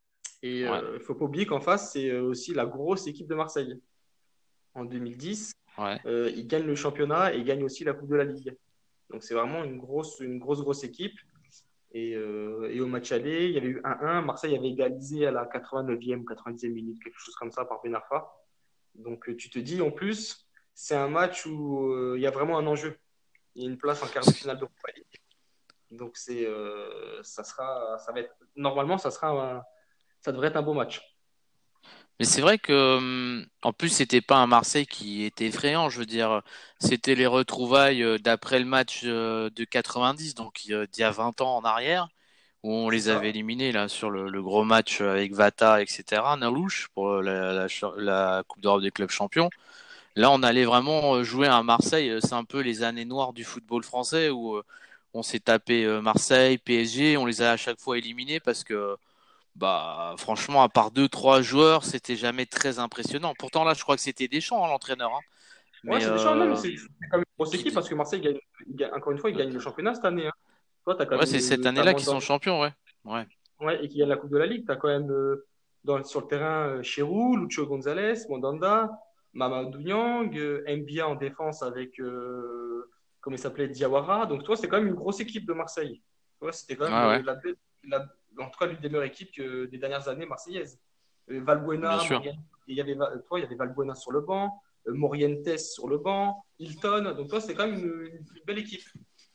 Et il Ouais. euh, ne faut pas oublier qu'en face, c'est euh, aussi la grosse équipe de Marseille. En deux mille dix, Ouais. Euh, ils gagnent le championnat et ils gagnent aussi la Coupe de la Ligue. Donc c'est vraiment une grosse, une grosse, grosse équipe. Et, euh, et au match aller, il y avait eu un un. Marseille avait égalisé à la quatre-vingt-neuvième, quatre-vingt-dixième minute, quelque chose comme ça par Ben Arfa. Donc euh, tu te dis, en plus, c'est un match où euh, il y a vraiment un enjeu. Il y a une place en quart de finale d'Europa League. Donc c'est, euh, ça sera, ça va être, normalement, ça sera, un- ça devrait être un beau match. Mais c'est vrai que, hum, en plus, c'était pas un Marseille qui était effrayant. Je veux dire, c'était les retrouvailles euh, d'après le match euh, de quatre-vingt-dix, donc euh, d'il y a vingt ans en arrière, où on C'est les avait ça. éliminés là sur le, le gros match avec Vata, et cetera, Nalouche pour la, la, la Coupe d'Europe des clubs champions. Là, on allait vraiment euh, jouer à Marseille. euh, C'est un peu les années noires du football français où euh, on s'est tapé euh, Marseille, P S G, on les a à chaque fois éliminés parce que bah franchement, à part deux, trois joueurs, c'était jamais très impressionnant. Pourtant là, je crois que c'était Deschamps, hein, l'entraîneur. Hein. Ouais, Mais c'est des non, mais euh, c'est c'est quand même une grosse qui, équipe parce que Marseille, gagne, il gagne- encore une fois, il gagne le championnat cette année. Hein. Toi, tu as quand ouais, même c'est cette euh, t'as année-là qu'ils sont Mandanda, champions, ouais. Ouais, ouais, et qui gagne la Coupe de la Ligue. Tu as quand même euh, dans, sur le terrain euh, Chirou, Lucho Gonzalez, Mandanda, Mamadou Niang, euh, Mbia en défense avec, euh, comment il s'appelait, Diawara. Donc, toi, c'est quand même une grosse équipe de Marseille. Ouais, c'était quand ouais, même ouais, euh, la, la, en tout cas l'une des meilleures équipes que des dernières années marseillaises. Euh, bien Valbuena, sûr. Morientes, il y avait, toi, il y avait Valbuena sur le banc, euh, Morientes sur le banc, Hilton. Donc, toi, c'est quand même une, une belle équipe.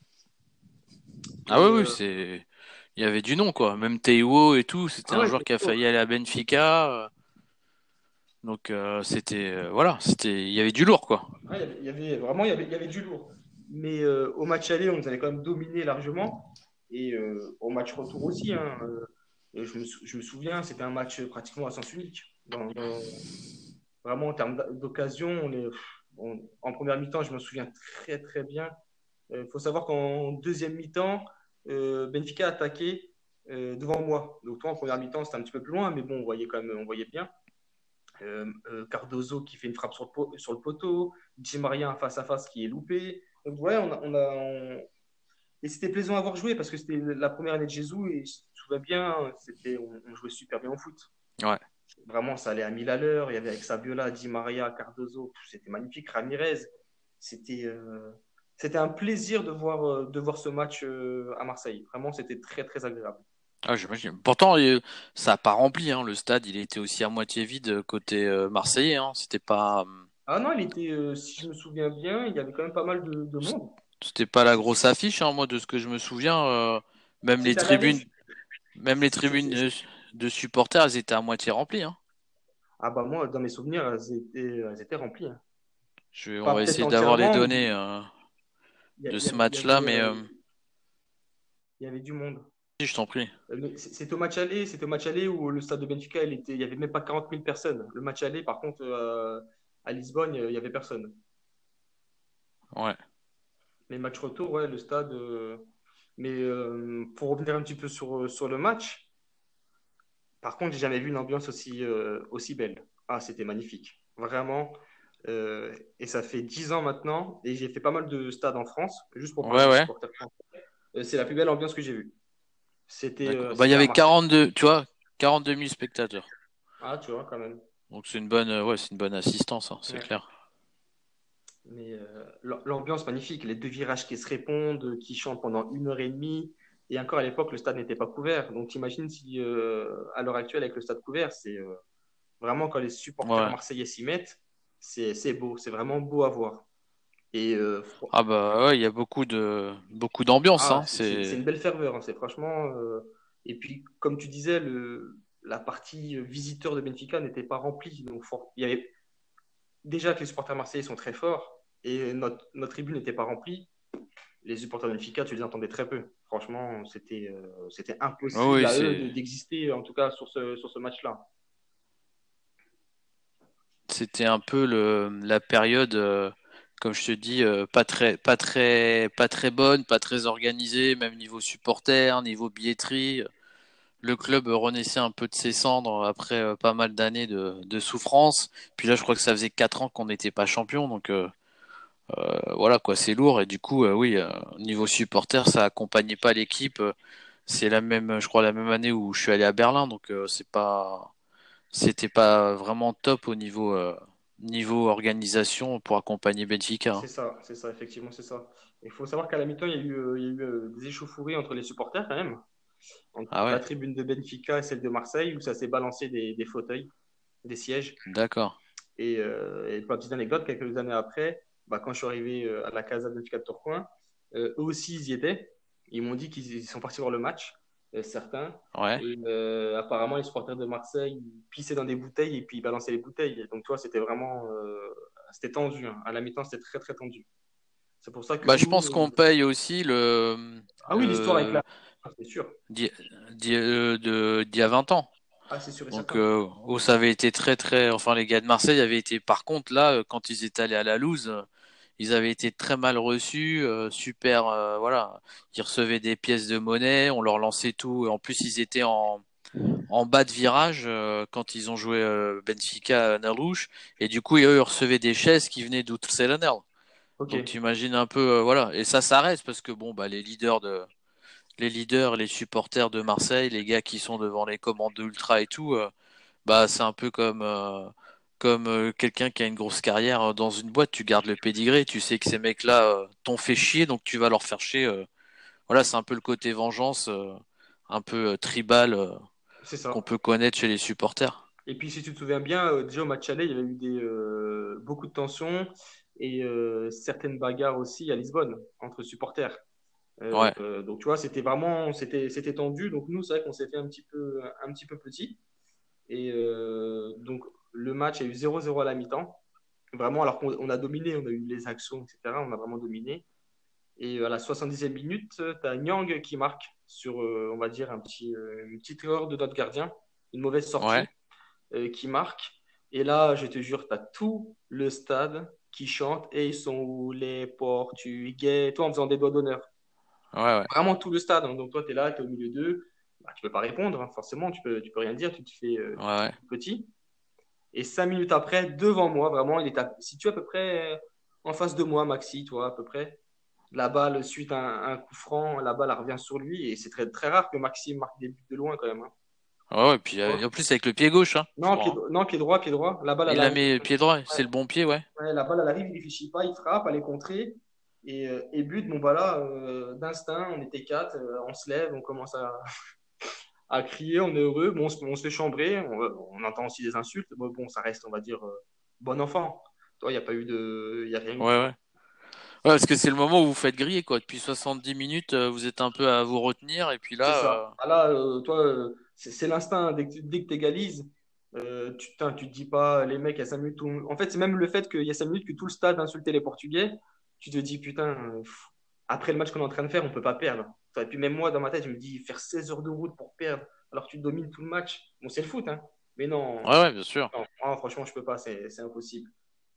Ah Et, oui, oui, euh, c'est, il y avait du nom quoi. Même Théo et tout, c'était ah un ouais, joueur qui a failli aller à Benfica. euh, Donc euh, c'était, euh, voilà, c'était, il y avait du lourd quoi. ouais, il y avait, il y avait vraiment il y avait, il y avait du lourd. Mais euh, au match aller, on nous avait quand même dominé largement. Et euh, au match retour aussi. Hein, euh, je, me, sou- je me souviens, c'était un match pratiquement à sens unique. Dans- dans- vraiment, en termes d'occasion, on est, on- en première mi-temps, je me souviens très très bien. Il faut savoir qu'en deuxième mi-temps, euh, Benfica a attaqué euh, devant moi. Donc toi, en première mi-temps, c'était un petit peu plus loin, mais bon, on voyait quand même, on voyait bien. Euh, euh, Cardozo qui fait une frappe sur le, po- sur le poteau, Di Maria face à face qui est loupé. Donc ouais, on a, on a on- et c'était plaisant à avoir joué parce que c'était la première année de Jésus et je me souviens bien, c'était on, on jouait super bien au foot. Ouais. Vraiment, ça allait à mille à l'heure. Il y avait avec Sabiola, Di Maria, Cardozo, c'était magnifique. Ramirez, c'était euh, c'était un plaisir de voir euh, de voir ce match euh, à Marseille. Vraiment, c'était très très agréable. Ah, j'imagine. Pourtant, euh, ça a pas rempli, hein, le stade. Il était aussi à moitié vide euh, côté euh, marseillais. Hein. C'était pas, hum, Ah non, il était, euh, si je me souviens bien, il y avait quand même pas mal de, de monde. c'était pas la C'était grosse affiche, hein, moi, de ce que je me souviens. euh, même les c'était à l'aller. tribunes, même les tribunes C'était- de, de supporters, elles étaient à moitié remplies. Hein. Ah bah moi, dans mes souvenirs, elles étaient, elles étaient remplies. Hein. Je vais- on Pas va peut-être essayer d'avoir les entièrement, mais données euh, il y, a- de il y ce avait, il y match-là, avait, mais euh, euh, il y avait du monde. si, je t'en prie. Euh, mais c'est- C'était au match aller, c'était au match aller où le stade de Benfica, il était, il y avait même pas quarante mille personnes. Le match aller, par contre, euh, à Lisbonne, il y avait personne. Ouais. Mais match retour, ouais, le stade. euh, Mais euh, pour revenir un petit peu sur, sur le match, par contre, j'ai jamais vu une ambiance aussi, euh, aussi belle. Ah, c'était magnifique. Vraiment. Euh, et ça fait dix ans maintenant. Et j'ai fait pas mal de stades en France, juste pour Ouais, parler des ouais. supporters français. Euh, c'est la plus belle ambiance que j'ai vue. C'était euh, D'accord. Bah, il y c'était à avait Marseille. quarante-deux, tu vois, quarante-deux mille spectateurs. Ah, tu vois, quand même. Donc c'est une bonne, euh, ouais, c'est une bonne assistance, hein, c'est Ouais. clair. Mais euh, l'am- l'ambiance magnifique, les deux virages qui se répondent, qui chantent pendant une heure et demie. Et encore à l'époque, le stade n'était pas couvert. Donc t'imagines si euh, à l'heure actuelle, avec le stade couvert, c'est euh, vraiment quand les supporters Ouais. marseillais s'y mettent, c'est c'est beau, c'est vraiment beau à voir. Et euh, fro- Ah bah ouais, il y a beaucoup de beaucoup d'ambiance, ah, hein. c'est c'est- c'est C'est une belle ferveur, hein, c'est franchement. euh, Et puis, comme tu disais, le, la partie visiteur de Benfica n'était pas remplie. Donc, for- il y avait déjà que les supporters marseillais sont très forts et notre, notre tribune n'était pas remplie. Les supporters de Benfica, tu les entendais très peu. Franchement, c'était euh, c'était oh impossible oui, à eux c'est de- d'exister, en tout cas sur ce, sur ce match-là. c'était un peu le la période, euh, comme je te dis, euh, pas très pas très pas très bonne, pas très organisée, même niveau supporter, niveau billetterie. Le club renaissait un peu de ses cendres après euh, pas mal d'années de, de souffrance. Puis là, je crois que ça faisait quatre ans qu'on n'était pas champion, donc euh, euh, voilà quoi, c'est lourd. Et du coup, euh, oui, euh, niveau supporter, ça accompagnait pas l'équipe. Euh, C'est la même, je crois, la même année où je suis allé à Berlin, donc euh, c'est pas, c'était pas vraiment top au niveau, euh, niveau organisation pour accompagner Benfica. C'est Hein. ça, c'est ça, effectivement, c'est ça. Il faut savoir qu'à la mi-temps, il y a eu, euh, il y a eu euh, des échauffourées entre les supporters quand même, entre Ah la ouais, tribune de Benfica et celle de Marseille, où ça s'est balancé des, des fauteuils, des sièges. d'accord. Et, euh, et pour la petite anecdote, quelques années après, bah, quand je suis arrivé euh, à la Casa de Benfica de Tourcoing, euh, eux aussi, ils y étaient. Ils m'ont dit qu'ils ils sont partis voir le match, euh, certains. Ouais. Et euh, apparemment, les supporters de Marseille ils pissaient dans des bouteilles et puis ils balançaient les bouteilles. Et donc, tu vois, c'était vraiment euh, c'était tendu. Hein. À la mi-temps, c'était très, très tendu. C'est pour ça que Bah, je nous. pense qu'on euh, paye aussi le, Ah oui, l'histoire avec la. le Ah, c'est sûr. d'il d'il- euh, de- d'il y a vingt ans. Ah, c'est sûr et Donc, certain. euh, où ça avait été très, très. Enfin, les gars de Marseille avaient été. Par contre, là, euh, quand ils étaient allés à la loose, euh, ils avaient été très mal reçus. euh, super. Euh, voilà. Ils recevaient des pièces de monnaie, on leur lançait tout. En plus, ils étaient en, en bas de virage euh, quand ils ont joué euh, Benfica à Narouche. Et du coup, eux, ils recevaient des chaises qui venaient d'Outselenel. Ok. Donc, tu imagines un peu. Euh, voilà. Et ça s'arrête parce que, bon, bah, les leaders de. Les leaders, les supporters de Marseille, les gars qui sont devant les commandes de Ultra et tout, euh, bah, c'est un peu comme, euh, comme euh, quelqu'un qui a une grosse carrière euh, dans une boîte. Tu gardes le pédigré, tu sais que ces mecs-là euh, t'ont fait chier, donc tu vas leur faire chier. euh. Voilà, c'est un peu le côté vengeance, euh, un peu euh, tribal euh, C'est qu'on ça. peut connaître chez les supporters. Et puis, si tu te souviens bien, euh, déjà au match aller, il y avait eu des, euh, beaucoup de tensions et euh, certaines bagarres aussi à Lisbonne entre supporters. Euh, Ouais, euh, donc, tu vois, c'était vraiment c'était, c'était tendu. Donc, nous, c'est vrai qu'on s'est fait un petit peu, un petit peu petit. Et euh, donc, le match a eu zéro zéro à la mi-temps. Vraiment, alors qu'on on a dominé, on a eu les actions, et cetera. On a vraiment dominé. Et à la soixante-dixième minute, tu as Nyang qui marque sur, euh, on va dire, un petit, euh, une petite erreur de notre gardien, une mauvaise ouais, sortie euh, qui marque. Et là, je te jure, tu as tout le stade qui chante et ils sont où les Portugais, toi en faisant des doigts d'honneur. ouais, ouais, Vraiment tout le stade. Hein. Donc toi, tu es là, tu es au milieu d'eux. Bah, tu peux pas répondre, hein, forcément, tu peux, tu peux rien dire, tu te fais, euh, ouais, tu te fais ouais. tout petit. Et cinq minutes après, devant moi, vraiment, il est à, situé à peu près euh, en face de moi, Maxi, toi, à peu près. La balle, suite à un, un coup franc, la balle elle revient sur lui. Et c'est très, très rare que Maxi marque des buts de loin quand même. Hein. Ouais, ouais, puis euh, en plus avec le pied gauche, hein, je Non, crois. pied, Hein. non, pied droit, pied droit. La balle, elle Il l'a arrive. mis pied droit, Ouais, c'est le bon pied, ouais. ouais, la balle, elle arrive, il réfléchit pas, il frappe, elle est contrée. Et, euh, et but, bon, bah là, euh, d'instinct, on était quatre, euh, on se lève, on commence à, à crier, on est heureux. Bon, on se, on se fait chambrer, on, on entend aussi des insultes. Bon, bon, ça reste, on va dire, euh, bon enfant. Toi, il n'y a pas eu de. Il n'y a rien Ouais, eu, tu vois. ouais. Ouais, parce que c'est le moment où vous faites griller, quoi. Depuis soixante-dix minutes, euh, vous êtes un peu à vous retenir, et puis C'est là, ça. euh, Ah là, euh, toi, euh, c'est c'est l'instinct. Dès que, tu- dès que tu égalises, euh, tu, putain, tu te dis pas, les mecs, il y a cinq minutes. tout- En fait, c'est même le fait qu'il y a cinq minutes que tout le stade insultait les Portugais. Tu te dis, putain, euh, pff, après le match qu'on est en train de faire, on peut pas perdre. Et puis même moi, dans ma tête, je me dis, faire seize heures de route pour perdre, alors que tu domines tout le match. Bon, c'est le foot, hein. Mais non, ouais, ouais, bien sûr. non, ah, franchement, je peux pas, c'est c'est impossible.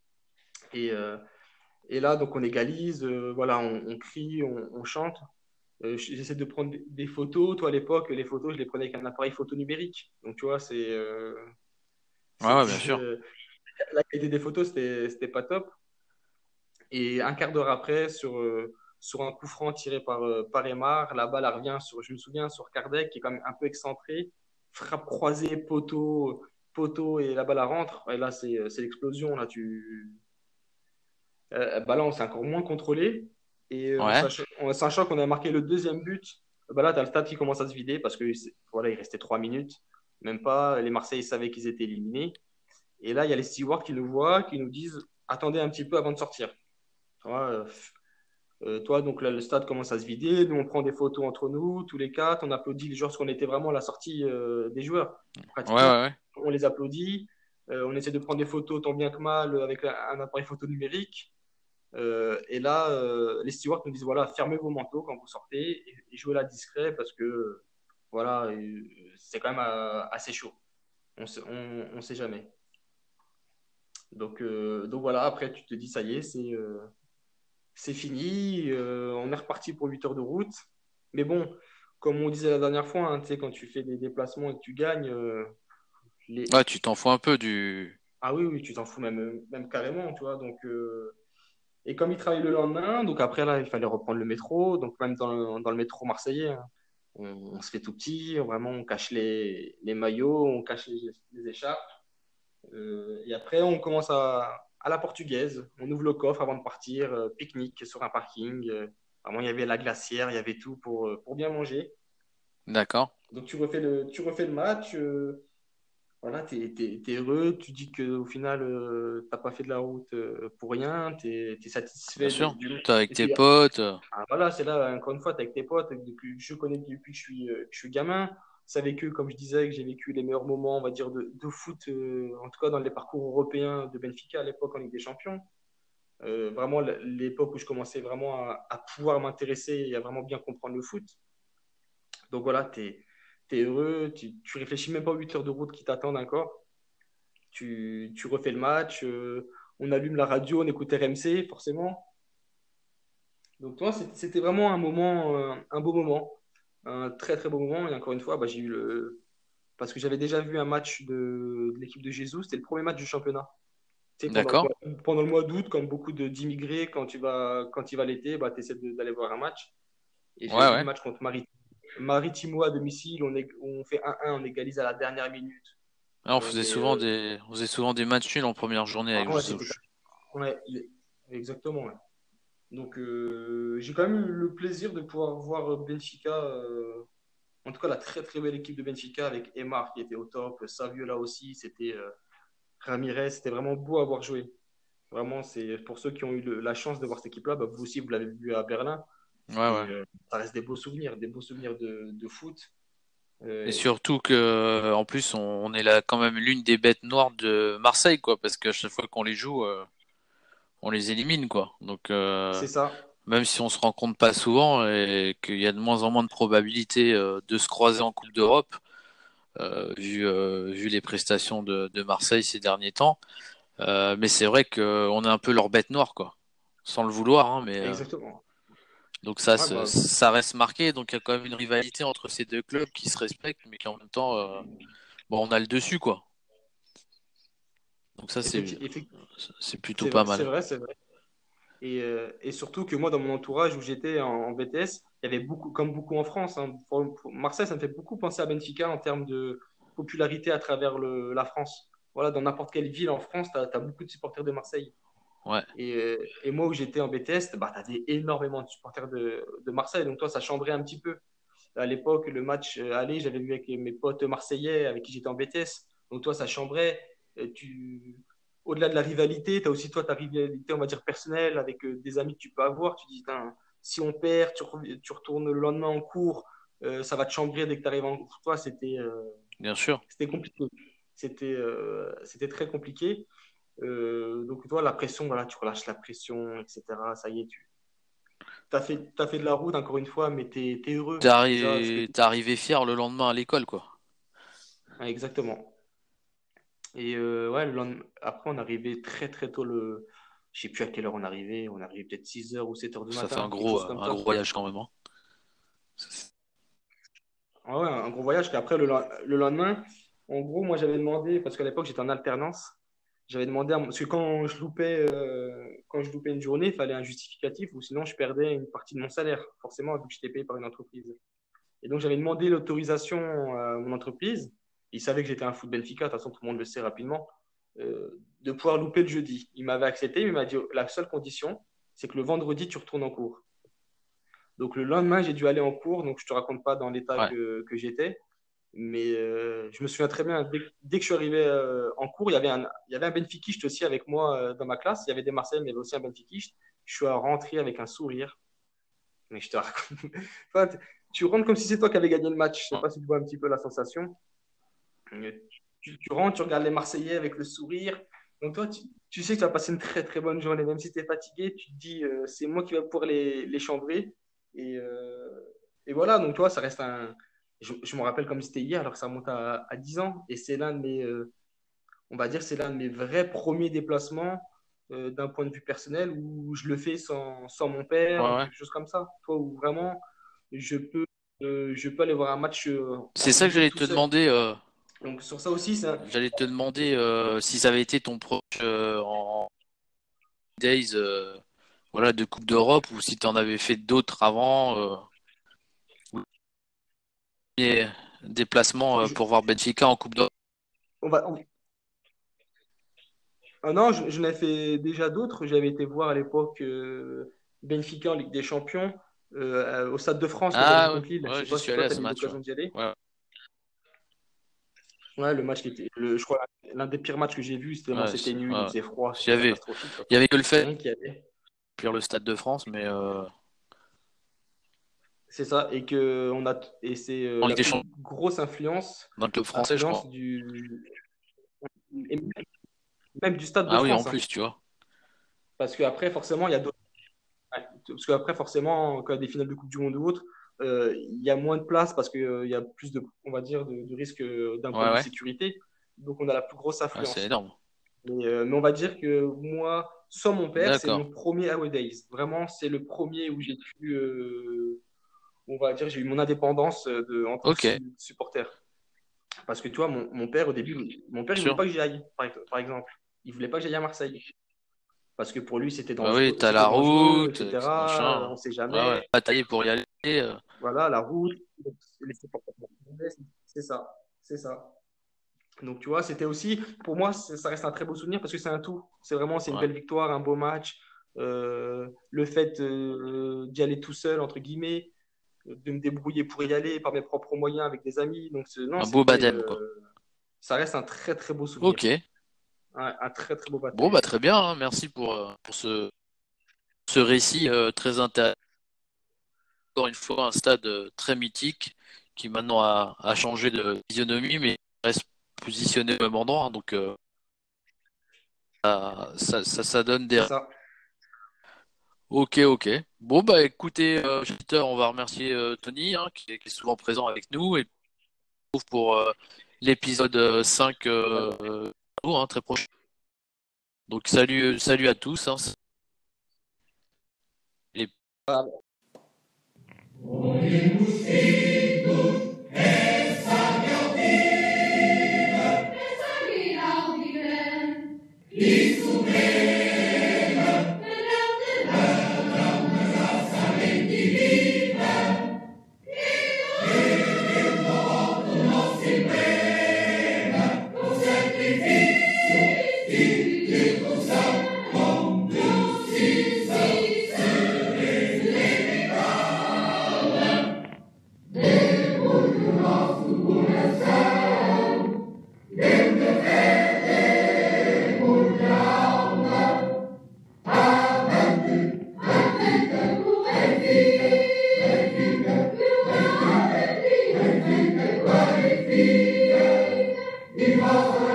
Et, euh, et là, donc, on égalise, euh, voilà, on, on crie, on, on chante. Euh, j'essaie de prendre des photos. Toi, à l'époque, les photos, je les prenais avec un appareil photo numérique. Donc, tu vois, c'est, euh, Ouais, ouais, c'était, bien sûr. euh, la qualité des photos, c'était, c'était pas top. Et un quart d'heure après, sur, euh, sur un coup franc tiré par, euh, par Aymar, la balle elle revient sur, je me souviens, sur Kardec, qui est quand même un peu excentré. Frappe croisée, poteau, poteau, et la balle elle rentre. Et là, c'est, c'est l'explosion. Là, tu, euh, bah là, on s'est encore moins contrôlé. Et euh, en Ouais, sachant, en sachant qu'on a marqué le deuxième but, bah là, tu as le stade qui commence à se vider parce que voilà, il restait trois minutes. Même pas. Les Marseillais savaient qu'ils étaient éliminés. Et là, il y a les stewards qui nous voient, qui nous disent attendez un petit peu avant de sortir. Tu vois, euh, euh, toi, donc là, le stade commence à se vider. Nous, on prend des photos entre nous, tous les quatre. On applaudit les joueurs parce qu'on était vraiment à la sortie euh, des joueurs, ouais, pratiquement. ouais, ouais. On les applaudit. Euh, on essaie de prendre des photos tant bien que mal avec un, un appareil photo numérique. Euh, et là, euh, les stewards nous disent voilà, fermez vos manteaux quand vous sortez et, et jouez là discret parce que voilà, euh, c'est quand même euh, assez chaud. On sait, on, on sait jamais. Donc, euh, donc voilà, après tu te dis ça y est, c'est euh, c'est fini, euh, on est reparti pour huit heures de route. Mais bon, comme on disait la dernière fois, hein, tu sais, quand tu fais des déplacements et que tu gagnes, euh, les... Ouais, tu t'en fous un peu du. ah oui, oui, tu t'en fous même, même carrément, tu vois. Donc, euh, et comme il travaille le lendemain, donc après là, il fallait reprendre le métro. Donc même dans le, dans le métro marseillais, hein, on, on se fait tout petit. Vraiment, on cache les, les maillots, on cache les, les écharpes. Euh, et après, on commence à, à la portugaise. On ouvre le coffre avant de partir, euh, pique-nique sur un parking. Euh, vraiment, il y avait la glacière, il y avait tout pour, euh, pour bien manger. D'accord. Donc, tu refais le, tu refais le match. Euh, voilà, tu es, heureux. Tu dis qu'au final, euh, tu n'as pas fait de la route euh, pour rien. Tu es, Bien satisfait de- sûr. du. T'es avec Et tes puis, potes. euh, ah, voilà, c'est là, encore une fois, tu avec tes potes. Depuis, je connais depuis que je suis, euh, que je suis gamin. C'est avec eux, comme je disais, que j'ai vécu les meilleurs moments, on va dire, de, de foot, euh, en tout cas dans les parcours européens de Benfica à l'époque en Ligue des Champions. Euh, vraiment l'époque où je commençais vraiment à, à pouvoir m'intéresser et à vraiment bien comprendre le foot. Donc voilà, tu es, heureux, tu, tu réfléchis même pas aux huit heures de route qui t'attendent encore. Tu, tu refais le match, euh, on allume la radio, on écoute R M C, forcément. Donc toi, c'était vraiment un moment, euh, un beau moment, un très très beau moment. Et encore une fois, bah, j'ai eu le... Parce que j'avais déjà vu un match de, de l'équipe de Jesus, c'était le premier match du championnat. Tu sais, pendant le D'accord. mois, pendant le mois d'août, comme beaucoup de- d'immigrés, quand tu vas, quand il va l'été, bah, tu essaies d'aller voir un match. Et Ouais, j'avais vu le ouais. match contre Marit- Maritimo à domicile. On, est, on fait un un, on égalise à la dernière minute. Ah, on Euh, faisait mais souvent euh, des, on faisait souvent des matchs nuls en première journée avec ah ouais, c'était Jesus. ouais, exactement. Ouais. Donc euh, j'ai quand même eu le plaisir de pouvoir voir Benfica, euh, en tout cas la très très belle équipe de Benfica avec Emar qui était au top, Saviola aussi, c'était euh, Ramirez, c'était vraiment beau à voir jouer. Vraiment, c'est pour ceux qui ont eu le- la chance de voir cette équipe-là, bah, vous aussi vous l'avez vu à Berlin. Ouais, Et ouais. euh, ça reste des beaux souvenirs, des beaux souvenirs de, de foot. Et Euh, surtout que, en plus, on, on est là quand même l'une des bêtes noires de Marseille, quoi, parce qu'à chaque fois qu'on les joue, euh, on les élimine, quoi. Donc, euh, c'est ça, même si on se rencontre pas souvent et qu'il y a de moins en moins de probabilités euh, de se croiser en Coupe d'Europe, euh, vu, euh, vu les prestations de, de Marseille ces derniers temps. Euh, mais c'est vrai qu'on est un peu leur bête noire, quoi. Sans le vouloir, hein, mais euh, exactement. donc ça, Ouais, c'est- bah, ça reste marqué. Donc il y a quand même une rivalité entre ces deux clubs qui se respectent, mais qui en même temps, euh, bon, on a le dessus, quoi. Donc ça, c'est effecti- effecti- c'est plutôt c'est pas vrai, c'est mal. vrai, c'est vrai. Et, euh, et surtout que moi, dans mon entourage où j'étais en, en B T S, il y avait beaucoup, comme beaucoup en France, hein, pour- pour Marseille, ça me fait beaucoup penser à Benfica en termes de popularité à travers le- la France. Voilà, dans n'importe quelle ville en France, tu as, beaucoup de supporters de Marseille. Ouais, Et, euh, et moi, où j'étais en B T S, bah, tu avais énormément de supporters de, de Marseille. Donc toi, ça chambrait un petit peu. À l'époque, le match euh, aller, j'avais vu avec mes potes marseillais avec qui j'étais en B T S. Donc toi, ça chambrait. Euh, Tu... Au-delà de la rivalité, tu as aussi toi ta rivalité, on va dire, personnelle avec euh, des amis que tu peux avoir. Tu dis, si on perd, tu, re- tu retournes le lendemain en cours, euh, ça va te chambrer dès que tu arrives en cours. Toi, c'était euh, bien sûr. c'était compliqué. C'était euh, c'était très compliqué. Euh, donc toi, la pression, voilà, tu relâches la pression, et cetera. Ça y est, tu as fait, t'as fait de la route, encore une fois, mais tu es, T'es heureux. Déjà, c'était arrivé, t'es arrivé fier le lendemain à l'école, quoi. ouais, exactement. Et euh, ouais, le lendemain- après, on arrivait très très tôt le. Je sais plus à quelle heure on arrivait. On arrivait peut-être six heures ou sept heures du Ça fait un matin, quelque gros, chose euh, comme un ça. gros voyage quand même, hein. Ah ouais, un gros voyage. Qu'après, le, le le lendemain, en gros, moi j'avais demandé, parce qu'à l'époque j'étais en alternance, j'avais demandé, à, mon- parce que quand je loupais, euh, quand je loupais une journée, il fallait un justificatif ou sinon je perdais une partie de mon salaire, forcément, vu que j'étais payé par une entreprise. Et donc j'avais demandé l'autorisation à mon entreprise. Il savait que j'étais un foot Benfica, de toute façon tout le monde le sait rapidement, euh, de pouvoir louper le jeudi. Il m'avait accepté, mais il m'a dit la seule condition, c'est que le vendredi tu retournes en cours. Donc le lendemain, j'ai dû aller en cours, donc je te raconte pas dans l'état Ouais. que, que j'étais, mais euh, je me souviens très bien, dès, dès que je suis arrivé euh, en cours, il y avait un, il y avait un Benfiquiste aussi avec moi euh, dans ma classe, il y avait des Marseillais, mais il y avait aussi un Benfiquiste. Je suis rentré avec un sourire, mais je te raconte. Enfin, tu rentres comme si c'est toi qui avais gagné le match, je sais pas si tu vois un petit peu la sensation. Tu, tu rentres, tu regardes les Marseillais avec le sourire, donc toi, tu, tu sais que tu vas passer une très très bonne journée, même si tu es fatigué, tu te dis euh, c'est moi qui vais pouvoir les, les chambrer. Et, euh, et voilà, donc toi, ça reste un. Je, je me rappelle comme c'était hier, alors que ça remonte à, à dix ans. Et c'est l'un de mes, euh, on va dire, c'est l'un de mes vrais premiers déplacements euh, d'un point de vue personnel où je le fais sans, sans mon père Ouais, ou ouais. quelque chose comme ça. Toi, où vraiment, je peux, euh, je peux aller voir un match, euh, C'est entre ça que guillemets, j'allais tout te seul. demander. Euh, Donc sur ça aussi, c'est un- j'allais te demander euh, si ça avait été ton proche euh, en days, euh, voilà, de Coupe d'Europe ou si tu en avais fait d'autres avant. Euh, ou des déplacements euh, je- pour voir Benfica en Coupe d'Europe. on va, on- Ah non, je, je n'ai fait déjà d'autres. J'avais été voir à l'époque euh, Benfica en Ligue des Champions euh, au Stade de France quand ils avaient joué Ah ouais, contre Lille. Je ouais, sais j'y pas suis si allé toi, à tu as ce eu match. Ouais. l'occasion d'y aller. Ouais. Ouais, le match qui était, le, je crois, l'un des pires matchs que j'ai vu, c'était tellement Ouais, c'était c'est- nul, il ouais. faisait froid, Il y c'était avait, catastrophique, quoi. il y avait que le C'est fait rien qui allait. pire le Stade de France, mais euh, C'est ça, et que on a, et c'est euh, en la Ligue des plus Champions, grosse influence, dans le club français, je influence crois. du, et même du Stade de Ah oui, en France, hein. plus, tu vois. Parce qu'après, forcément, il y a d'autres. Ouais, parce qu'après, forcément, quand il y a des finales de Coupe du Monde ou autre, euh, il y a moins de place parce qu'il y a plus de, on va dire, de, de risque euh, d'un point Ouais, de vue ouais. sécurité. Donc, on a la plus grosse Ah, c'est influence. énorme. Mais, euh, mais on va dire que moi, sans mon père, c'est D'accord. mon premier Away Days. Vraiment, c'est le premier où j'ai pu, euh, on va dire, j'ai eu mon indépendance euh, de, en tant que Ok, bien su- supporter. Parce que tu vois, mon, mon père, au début, mon père, il voulait sûr. pas que j'y aille, par, par exemple. Il voulait pas que j'aille à Marseille. Parce que pour lui, c'était Bah oui, dangereux, t'as c'était la dangereux, route, euh, et cetera. Euh, machin. On sait Ouais, ouais. jamais. Batailler pour y aller. euh, Voilà, la route, les supporters. C'est ça, c'est ça. Donc, tu vois, c'était aussi, pour moi, c'est- ça reste un très beau souvenir parce que c'est un tout. C'est vraiment, c'est une Ouais. belle victoire, un beau match. Euh, le fait euh, d'y aller tout seul, entre guillemets, de me débrouiller pour y aller par mes propres moyens avec des amis. Donc, c'est- non, Un beau c'était, baptême, quoi. euh, ça reste un très, très beau souvenir. Ok. Un, un très, très beau Bon, baptême. bah très bien, hein. Merci pour, euh, pour ce, ce récit euh, très intéressant. Encore une fois, un stade euh, très mythique qui maintenant a, a changé de physionomie, mais reste positionné au même endroit, hein. Donc, euh, ça, ça, ça, ça donne C'est des. ça. Ok, ok. Bon, bah écoutez, euh, Peter, on va remercier euh, Tony, hein, qui est, qui est souvent présent avec nous, et pour euh, l'épisode euh, cinq euh, euh, hein, très prochain. Donc, salut, salut à tous, hein. Et Viva